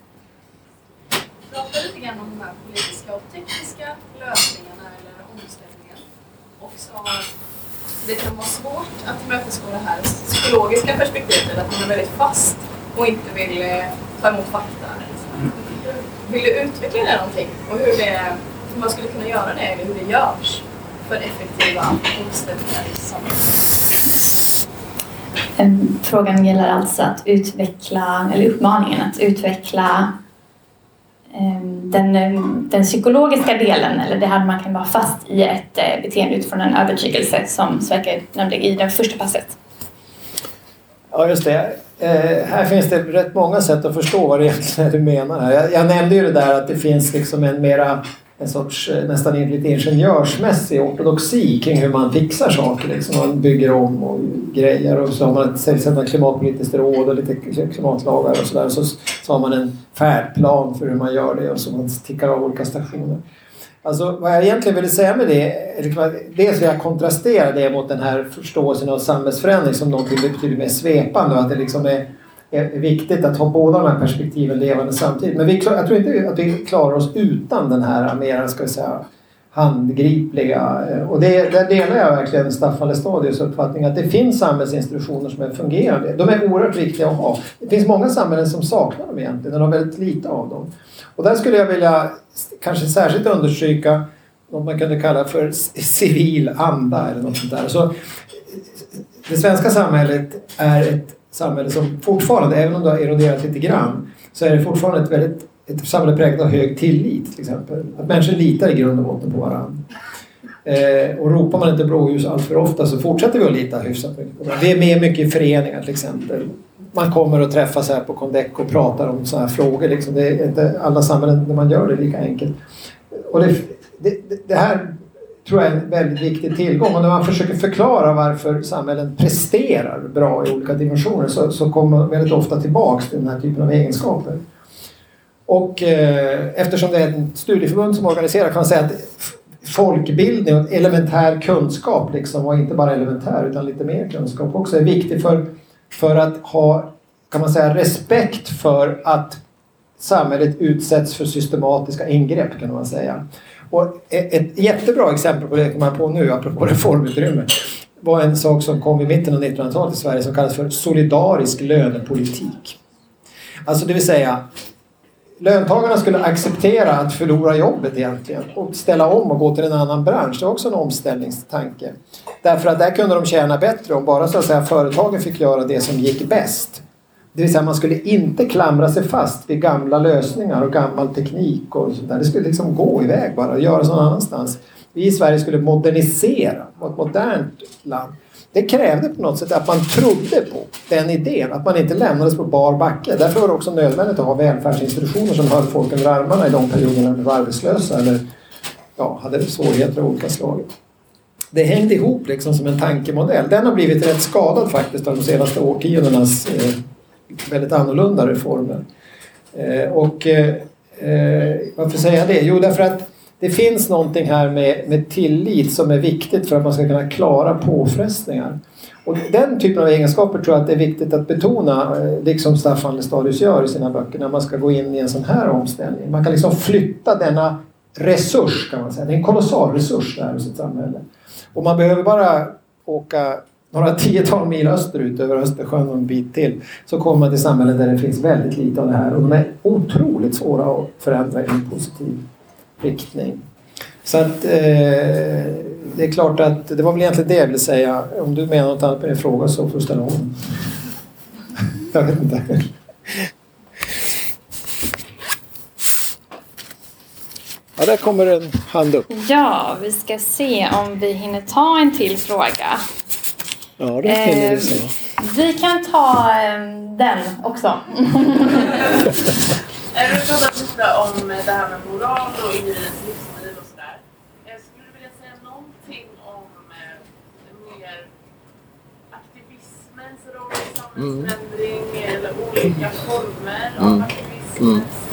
Prata lite grann om de här politiska och tekniska lösningarna eller omställningen. Och så det kan vara svårt att tillmötesgå det här psykologiska perspektivet, att man är väldigt fast och inte vill ta emot fakta. Vill du utveckla det någonting och hur man skulle kunna göra det eller hur det görs för effektiva omställningar i samhället? Frågan gäller alltså att utveckla, eller uppmaningen att utveckla den psykologiska delen, eller det här man kan vara fast i ett beteende utifrån en övertygelse som Sverker nämnde i det första passet. Ja, just det. Här finns det rätt många sätt att förstå vad det egentligen är du menar här. Jag nämnde ju det där att det finns liksom en sorts nästan lite ingenjörsmässig ortodoxi kring hur man fixar saker. Liksom. Man bygger om och grejer och så har man ett klimatpolitiskt råd och lite klimatlagar och sådär. Så har man en färdplan för hur man gör det och så man tickar av olika stationer. Alltså vad jag egentligen ville säga med det, dels vill jag kontrastera det mot den här förståelsen av samhällsförändring som någonting betydligt mer svepande, att det liksom är viktigt att ha båda de här perspektiven levande samtidigt. Men jag tror inte att vi klarar oss utan den här mer, ska vi säga, handgripliga. Och där delar jag verkligen Staffan Lestadius uppfattning att det finns samhällsinstitutioner som är fungerande. De är oerhört viktiga att ha. Det finns många samhällen som saknar dem egentligen, och de har väldigt lite av dem. Och där skulle jag vilja kanske särskilt understryka vad man kunde kalla för civil anda eller något sånt där. Så det svenska samhället är ett samhälle som fortfarande, även om det har eroderat lite grann, så är det fortfarande ett samhälle präglat av hög tillit till exempel. Att människor litar i grund och botten på varandra. Och ropar man inte blåljus allt för ofta så fortsätter vi att lita hyfsat mycket på varandra. Vi är med mycket i föreningar till exempel. Man kommer att träffas här på Condeco och pratar om sådana här frågor. Liksom. Det är inte alla samhällen där man gör det lika enkelt. Och det här tror jag är en väldigt viktig tillgång. Och när man försöker förklara varför samhällen presterar bra i olika dimensioner så kommer man väldigt ofta tillbaka till den här typen av egenskaper. Och eftersom det är ett studieförbund som organiserar kan man säga att folkbildning och elementär kunskap liksom, och inte bara elementär utan lite mer kunskap också är viktig för att ha, kan man säga, respekt för att samhället utsätts för systematiska ingrepp, kan man säga. Och ett jättebra exempel på det kan man på nu, apropå reformutrymme, var en sak som kom i mitten av 1900-talet i Sverige som kallas för solidarisk lönepolitik. Alltså det vill säga, löntagarna skulle acceptera att förlora jobbet egentligen och ställa om och gå till en annan bransch. Det var också en omställningstanke. Därför att där kunde de tjäna bättre om bara så att säga företagen fick göra det som gick bäst. Det vill säga man skulle inte klamra sig fast vid gamla lösningar och gammal teknik och sånt där. Det skulle liksom gå iväg bara och göra någon annanstans. Vi i Sverige skulle modernisera mot ett modernt land. Det krävde på något sätt att man trodde på den idén, att man inte lämnades på bar backe. Därför var det också nödvändigt att ha välfärdsinstitutioner som höll folk under armarna i de perioderna de var arbetslösa eller hade svårigheter av olika slag. Det hängde ihop liksom som en tankemodell. Den har blivit rätt skadad faktiskt av de senaste årtiondenas väldigt annorlunda reformer. Varför säger jag det? Jo, därför att det finns någonting här med tillit som är viktigt för att man ska kunna klara påfrestningar. Och den typen av egenskaper tror jag att det är viktigt att betona, liksom Staffan Lestadius gör i sina böcker, när man ska gå in i en sån här omställning. Man kan liksom flytta denna resurs, kan man säga. Det är en kolossal resurs där i sitt samhälle. Och man behöver bara åka några 10-tal mil österut över Östersjön och en bit till, så kommer man till samhällen där det finns väldigt lite av det här. Och de är otroligt svåra att förändra i en positiv riktning. Så att det är klart att det var väl egentligen det jag ville säga. Om du menar något annat med din fråga så får du ställa om. Jag vet inte. Ja, där kommer en hand upp. Ja, vi ska se om vi hinner ta en till fråga. Ja, det hinner vi se. Vi kan ta den också. Du pratat lite om det här med moral och individens livsstil och sådär. Skulle du vilja säga någonting om mer aktivismens roll i samhällsförändring eller olika former av aktivismens roll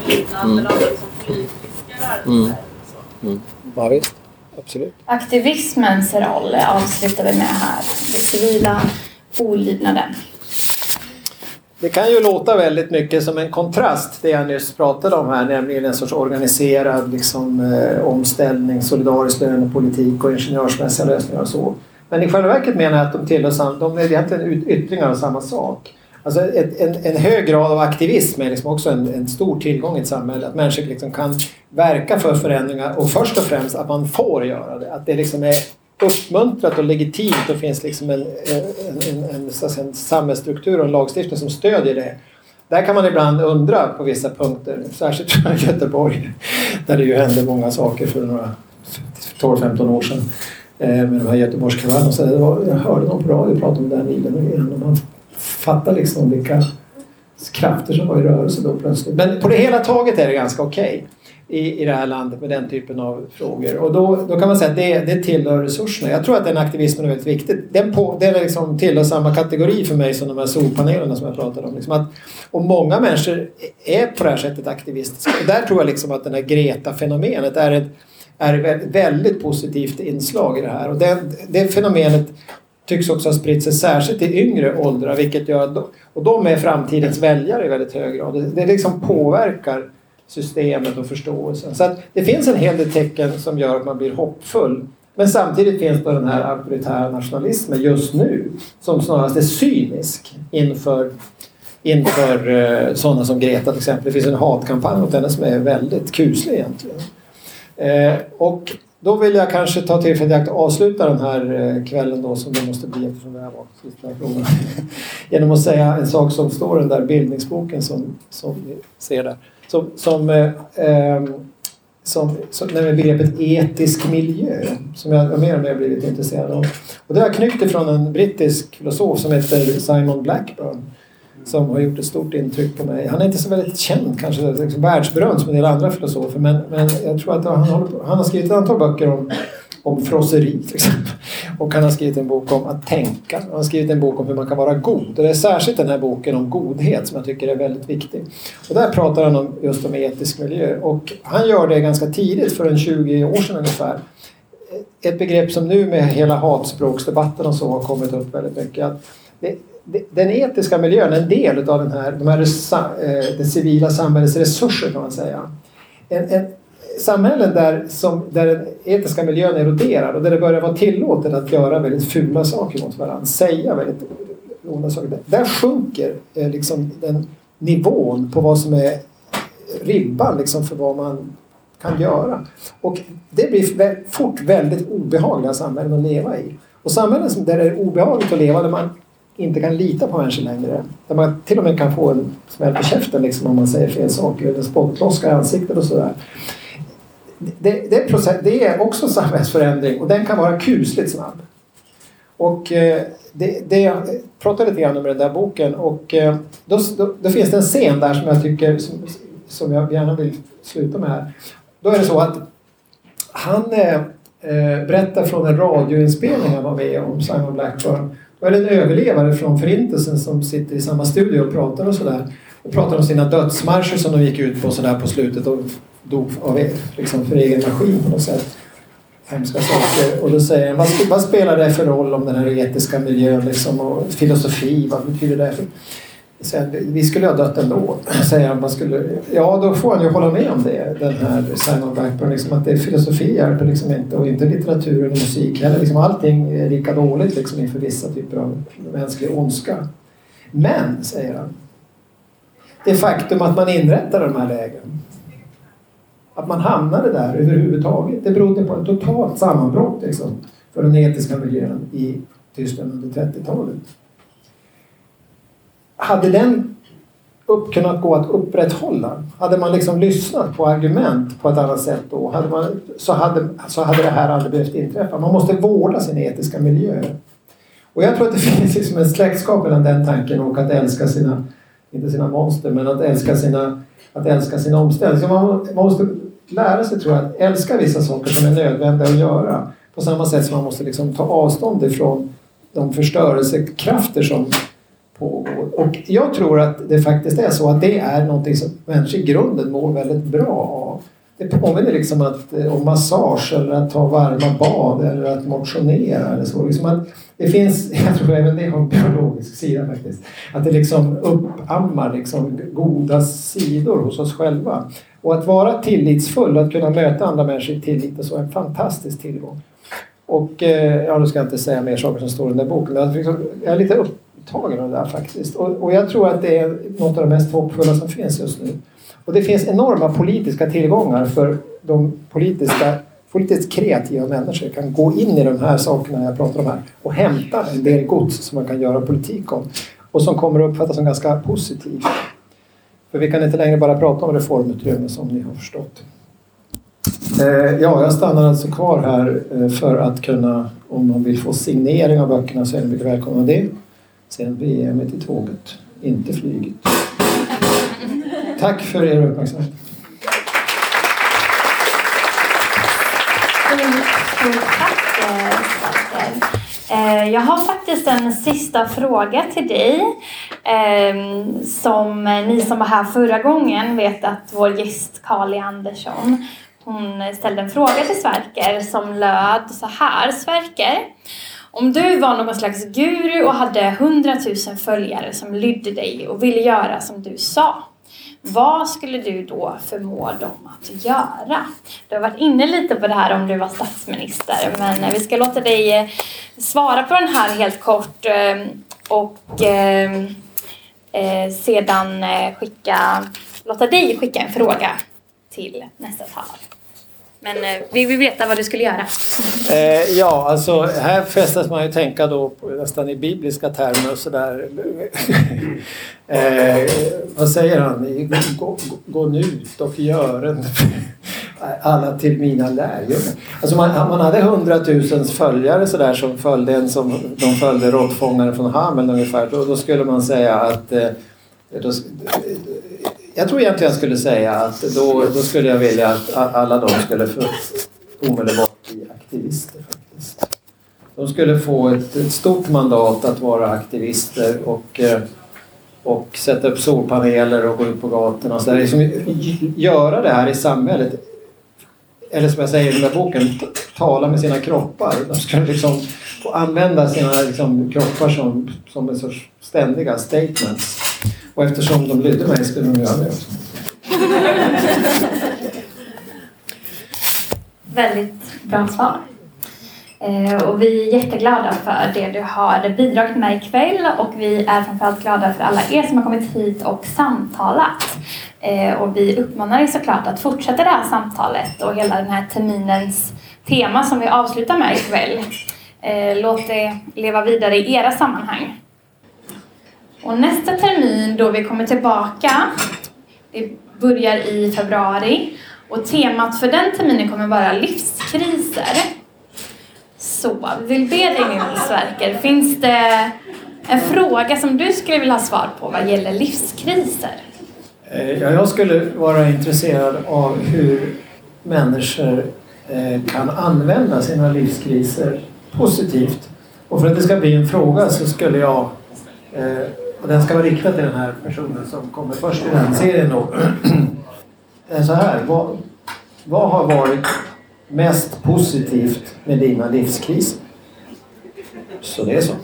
lydnad eller andra liksom politiska rörelser. Ja, visst. Absolut. Aktivismens roll avslutar vi med här. Det civila olydnaden. Det kan ju låta väldigt mycket som en kontrast det jag nyss pratade om här, nämligen en sorts organiserad omställning, solidarisk lönepolitik och ingenjörsmässiga lösningar och så. Men i själva verket menar jag att de är egentligen yttringar av samma sak. Alltså en hög grad av aktivism är liksom också en stor tillgång i ett samhälle. Att människor liksom kan verka för förändringar och först och främst att man får göra det. Att det liksom är uppmuntrat och legitimt och finns liksom en samhällsstruktur och en lagstiftning som stödjer det. Där kan man ibland undra på vissa punkter, särskilt från Göteborg där det ju hände många saker för några 12-15 år sedan med de här Göteborgskravallerna. Så jag hörde någon på radio prata om det här nyligen och man fattar liksom vilka krafter som var i rörelse då plötsligt. Men på det hela taget är det ganska okej i det här landet med den typen av frågor. Och då kan man säga att det tillhör resurserna. Jag tror att den aktivismen är väldigt viktig. Den är liksom tillhör samma kategori för mig som de här solpanelerna som jag pratade om. Liksom och många människor är på det här sättet aktivistiska. Och där tror jag liksom att den här Greta-fenomenet är ett väldigt positivt inslag i det här. Och det fenomenet tycks också ha spritt sig särskilt i yngre åldrar, vilket gör att och de är framtidens väljare i väldigt hög grad. Det liksom påverkar systemet och förståelsen. Så att det finns en hel del tecken som gör att man blir hoppfull. Men samtidigt finns det den här auktoritära nationalismen just nu som snarast är cynisk inför sådana som Greta till exempel. Det finns en hatkampanj mot henne som är väldigt kuslig egentligen. Och då vill jag kanske ta tillfället att avsluta den här kvällen då, som det måste bli eftersom det här var sista frågan. Genom att säga en sak som står i den där bildningsboken som vi ser där. Som nämligen begreppet etisk miljö som jag mer och mer blivit intresserad av. Och det har knyckt ifrån en brittisk filosof som heter Simon Blackburn som har gjort ett stort intryck på mig. Han är inte så väldigt känd, kanske liksom världsberömd som en del andra filosofer, men jag tror att han har skrivit ett antal böcker om frosseri till exempel. Och han har skrivit en bok om att tänka. Han har skrivit en bok om hur man kan vara god. Och det är särskilt den här boken om godhet som jag tycker är väldigt viktig. Och där pratar han just om etisk miljö. Och han gör det ganska tidigt, för en 20 år sedan ungefär. Ett begrepp som nu med hela hatspråksdebatten och så har kommit upp väldigt mycket. Att den etiska miljön är en del av det civila samhällets resurser, kan man säga. Samhällen där den etiska miljön eroderar och där det börjar vara tillåtet att göra väldigt fula saker mot varandra, säga väldigt onda saker. Där sjunker liksom den nivån på vad som är ribban liksom för vad man kan göra. Och det blir fort väldigt obehagliga samhällen att leva i. Och samhällen där det är obehagligt att leva, där man inte kan lita på människor längre. Där man till och med kan få en smäll på käften liksom, om man säger fel saker eller spottloska i ansiktet och sådär. Det är också samhällsförändring och den kan vara kusligt snabb. Och jag pratade lite grann om den där boken och då finns det en scen där som jag tycker som jag gärna vill sluta med här. Då är det så att han berättar från en radioinspelning han var med om, Simon Blackburn. Då är det en överlevare från förintelsen som sitter i samma studio och pratar och sådär. Och pratar om sina dödsmarscher som de gick ut på sådär på slutet och dog av liksom för egen maskin på något sätt. Hemska saker. Och då säger han, vad spelar det för roll om den här etiska miljön liksom, och filosofi, vad betyder det? Vi skulle ha dött ändå, säger han. Ja, då får han ju hålla med om det, den här Simon Blackburn, liksom, att det är filosofi hjälper liksom inte, och inte litteratur eller musik heller. Liksom, allting är lika dåligt liksom, inför vissa typer av mänsklig ondska. Men, säger han, det faktum att man inrättar de här lägen, att man hamnade där överhuvudtaget, det berodde på ett totalt sammanbrott liksom, för den etiska miljön i Tyskland under 30-talet. Hade den kunnat gå att upprätthålla, hade man liksom lyssnat på argument på ett annat sätt då, så hade det här aldrig behövt inträffa. Man måste vårda sin etiska miljö. Och jag tror att det finns liksom en släktskap mellan den tanken och att älska inte sina monster, men att älska sina omställningar. Så man måste lära sig, tror jag, att älska vissa saker som är nödvändiga att göra. På samma sätt som man måste liksom ta avstånd ifrån de förstörelsekrafter som pågår. Och jag tror att det faktiskt är så att det är någonting som människor i grunden mår väldigt bra av. Det påminner liksom om massage eller att ta varma bad eller att motionera eller så. Liksom att det finns, jag tror även det har en biologisk sida faktiskt, att det liksom uppammar liksom goda sidor hos oss själva. Och att vara tillitsfull, att kunna möta andra människor i tillit och så är en fantastisk tillgång. Och ja, nu ska jag inte säga mer saker som står i den där boken, men jag är lite upptagen av det där faktiskt. Och jag tror att det är något av det mest hoppfulla som finns just nu. Och det finns enorma politiska tillgångar för de politiskt kreativa människor kan gå in i de här sakerna jag pratar om här och hämta en del gods som man kan göra politik om och som kommer att uppfattas som ganska positivt. För vi kan inte längre bara prata om reformutrymme som ni har förstått. Ja, jag stannar alltså kvar här för att kunna, om man vill få signering av böckerna så är det mycket välkomna det. Sen blir jag med till tåget, inte flyget. Tack för er uppmärksamhet. Tack. Jag har faktiskt en sista fråga till dig. Som ni som var här förra gången vet att vår gäst Carly Andersson, hon ställde en fråga till Sverker som löd så här: Sverker, om du var någon slags guru och hade 100 000 följare som lydde dig och ville göra som du sa, vad skulle du då förmå dem att göra? Du har varit inne lite på det här om du var statsminister, men vi ska låta dig svara på den här helt kort och sedan låta dig skicka en fråga till nästa talare. Men vi vill veta vad du skulle göra. Ja, alltså här fästas man ju tänka då på, nästan i bibliska termer och sådär. Vad säger han? Gå ut och gör alla till mina lärjungar. Alltså man hade 100 000 följare sådär som följde en som de följde råttfångare från Hameln ungefär. Då skulle man säga att jag tror egentligen jag skulle säga att då skulle jag vilja att alla de skulle omedelbart bli aktivister faktiskt. De skulle få ett stort mandat att vara aktivister och sätta upp solpaneler och gå ut på gatorna och så där. Liksom, göra det här i samhället. Eller som jag säger i den där boken, tala med sina kroppar. De skulle liksom få använda sina liksom, kroppar som en sorts ständiga statements. Och eftersom de lydde mig skulle de göra det också. Väldigt bra svar. Och vi är jätteglada för det du har bidragit med ikväll. Och vi är framförallt glada för alla er som har kommit hit och samtalat. Och vi uppmanar er såklart att fortsätta det här samtalet och hela den här terminens tema som vi avslutar med ikväll. Låt det leva vidare i era sammanhang. Och nästa termin då vi kommer tillbaka, det börjar i februari. Och temat för den terminen kommer vara livskriser. Så, vi vill be dig nu, Sverker. Finns det en fråga som du skulle vilja ha svar på vad gäller livskriser? Ja, jag skulle vara intresserad av hur människor kan använda sina livskriser positivt. Och för att det ska bli en fråga så skulle jag, och den ska vara riktad till den här personen som kommer först i den serien då. Så här, vad har varit mest positivt med dina livskriser? Så det är så.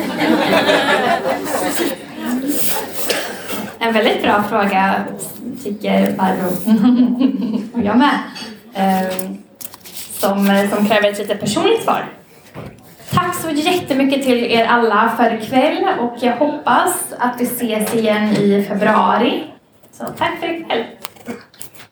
En väldigt bra fråga tycker Barbro. Och jag med. Som kräver ett lite personligt svar. Tack så jättemycket till er alla för ikväll. Och jag hoppas att vi ses igen i februari. Så tack för ikväll.